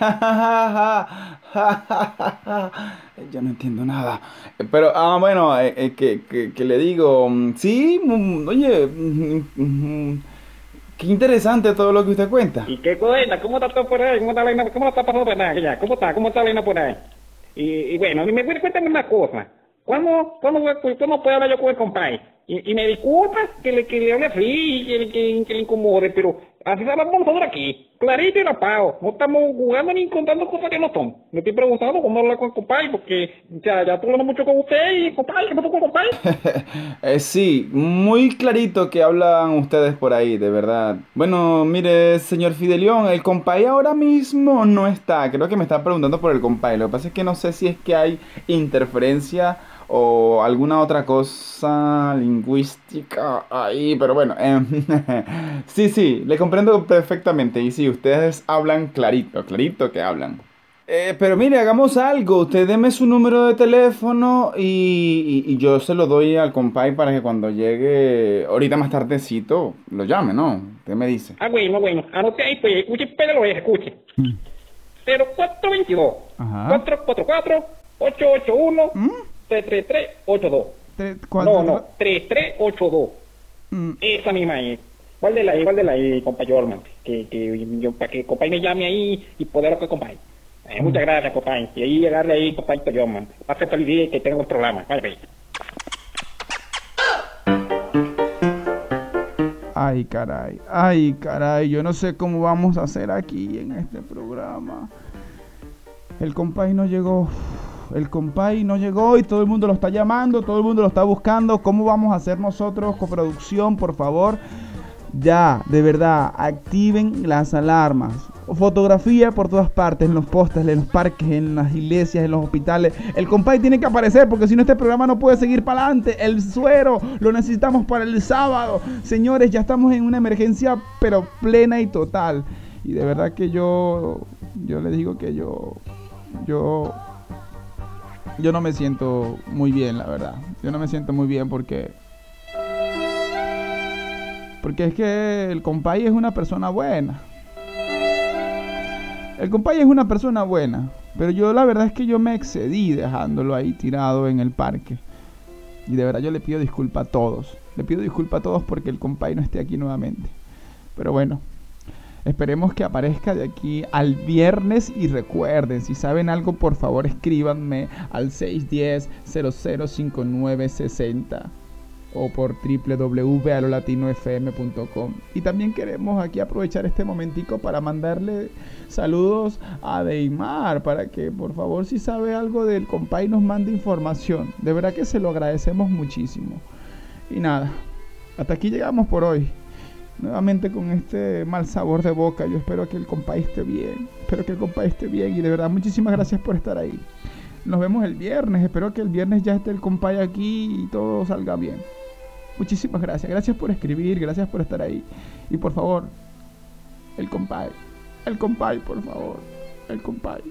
Speaker 1: Yo no entiendo nada. Pero, bueno, que le digo, sí, oye, qué interesante todo lo que usted cuenta.
Speaker 10: ¿Y qué cuenta? ¿Cómo está todo por ahí? ¿Cómo la está pasando por allá? ¿Cómo está la vaina por ahí? Y bueno, me cuéntame una cosa. ¿Cuándo puedo hablar yo con el compay? Y me disculpa que le hable así, que le incomode, pero así hablamos nosotros aquí, clarito y rapado. No estamos jugando ni contando cosas que no son. Me estoy preguntando cómo hablar con el compay, porque ya estoy hablando mucho con usted y compay, ¿qué pasó con el compay?
Speaker 1: Sí, muy clarito que hablan ustedes por ahí, de verdad. Bueno, mire, señor Fidelión, el compay ahora mismo no está. Creo que me está preguntando por el compay. Lo que pasa es que no sé si es que hay interferencia o alguna otra cosa lingüística ahí, pero bueno, sí, le comprendo perfectamente. Y sí, ustedes hablan clarito que hablan. Pero mire, hagamos algo. Usted deme su número de teléfono y yo se lo doy al compay para que cuando llegue ahorita más tardecito lo llame, ¿no? Usted me dice.
Speaker 10: Bueno, anote ahí, pues, escuche. 0422 444 881 3382. No, 3382. Esa misma es. Guárdela ahí, compa Jorman. Que yo, para que el compay me llame ahí y poder que compay. Muchas gracias, compay. Y ahí llegarle ahí, compay Jorman. Pase feliz día y que tenga un programa. Vale.
Speaker 4: Ay, caray. Yo no sé cómo vamos a hacer aquí en este programa. El compay no llegó. Y todo el mundo lo está llamando, todo el mundo lo está buscando. ¿Cómo vamos a hacer nosotros, coproducción? Por favor, ya, de verdad, activen las alarmas. Fotografía por todas partes, en los postes, en los parques, en las iglesias, en los hospitales. El compay tiene que aparecer porque si no este programa no puede seguir para adelante. El suero lo necesitamos para el sábado. Señores, ya estamos en una emergencia pero plena y total. Y de verdad que yo les digo que yo no me siento muy bien, la verdad. Yo no me siento muy bien porque es que el compay es una persona buena. Pero yo la verdad es que yo me excedí dejándolo ahí tirado en el parque. Y de verdad yo le pido disculpas a todos. Le pido disculpas a todos porque el compay no esté aquí nuevamente. Pero bueno, esperemos que aparezca de aquí al viernes. Y recuerden, si saben algo, por favor escríbanme al 610-005960 o por www.alolatinofm.com. Y también queremos aquí aprovechar este momentico para mandarle saludos a Deimar, para que por favor, si sabe algo del compay, nos mande información. De verdad que se lo agradecemos muchísimo. Y nada, hasta aquí llegamos por hoy. Nuevamente con este mal sabor de boca. Yo espero que el compay esté bien. Espero que el compay esté bien. Y de verdad, muchísimas gracias por estar ahí. Nos vemos el viernes. Espero que el viernes ya esté el compay aquí y todo salga bien. Muchísimas gracias. Gracias por escribir. Gracias por estar ahí. Y por favor, el compay. El compay, por favor. El compay.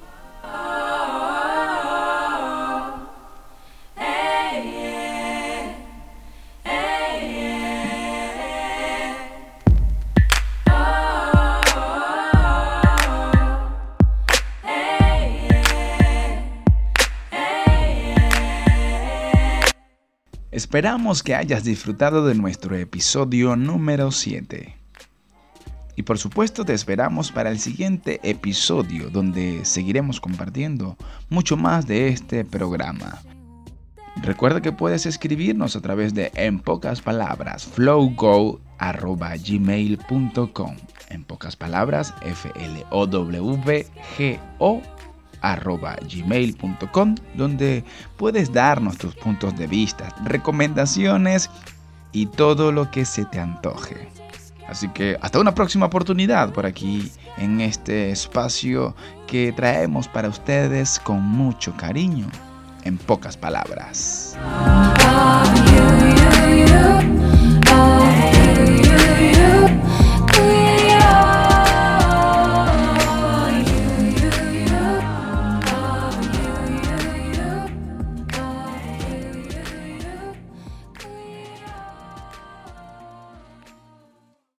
Speaker 1: Esperamos que hayas disfrutado de nuestro episodio número 7. Y por supuesto te esperamos para el siguiente episodio, donde seguiremos compartiendo mucho más de este programa. Recuerda que puedes escribirnos a través de En Pocas Palabras, flowgo@gmail.com. En pocas palabras, flowgo@gmail.com, donde puedes darnos tus puntos de vista, recomendaciones y todo lo que se te antoje. Así que hasta una próxima oportunidad por aquí en este espacio que traemos para ustedes con mucho cariño. En Pocas Palabras.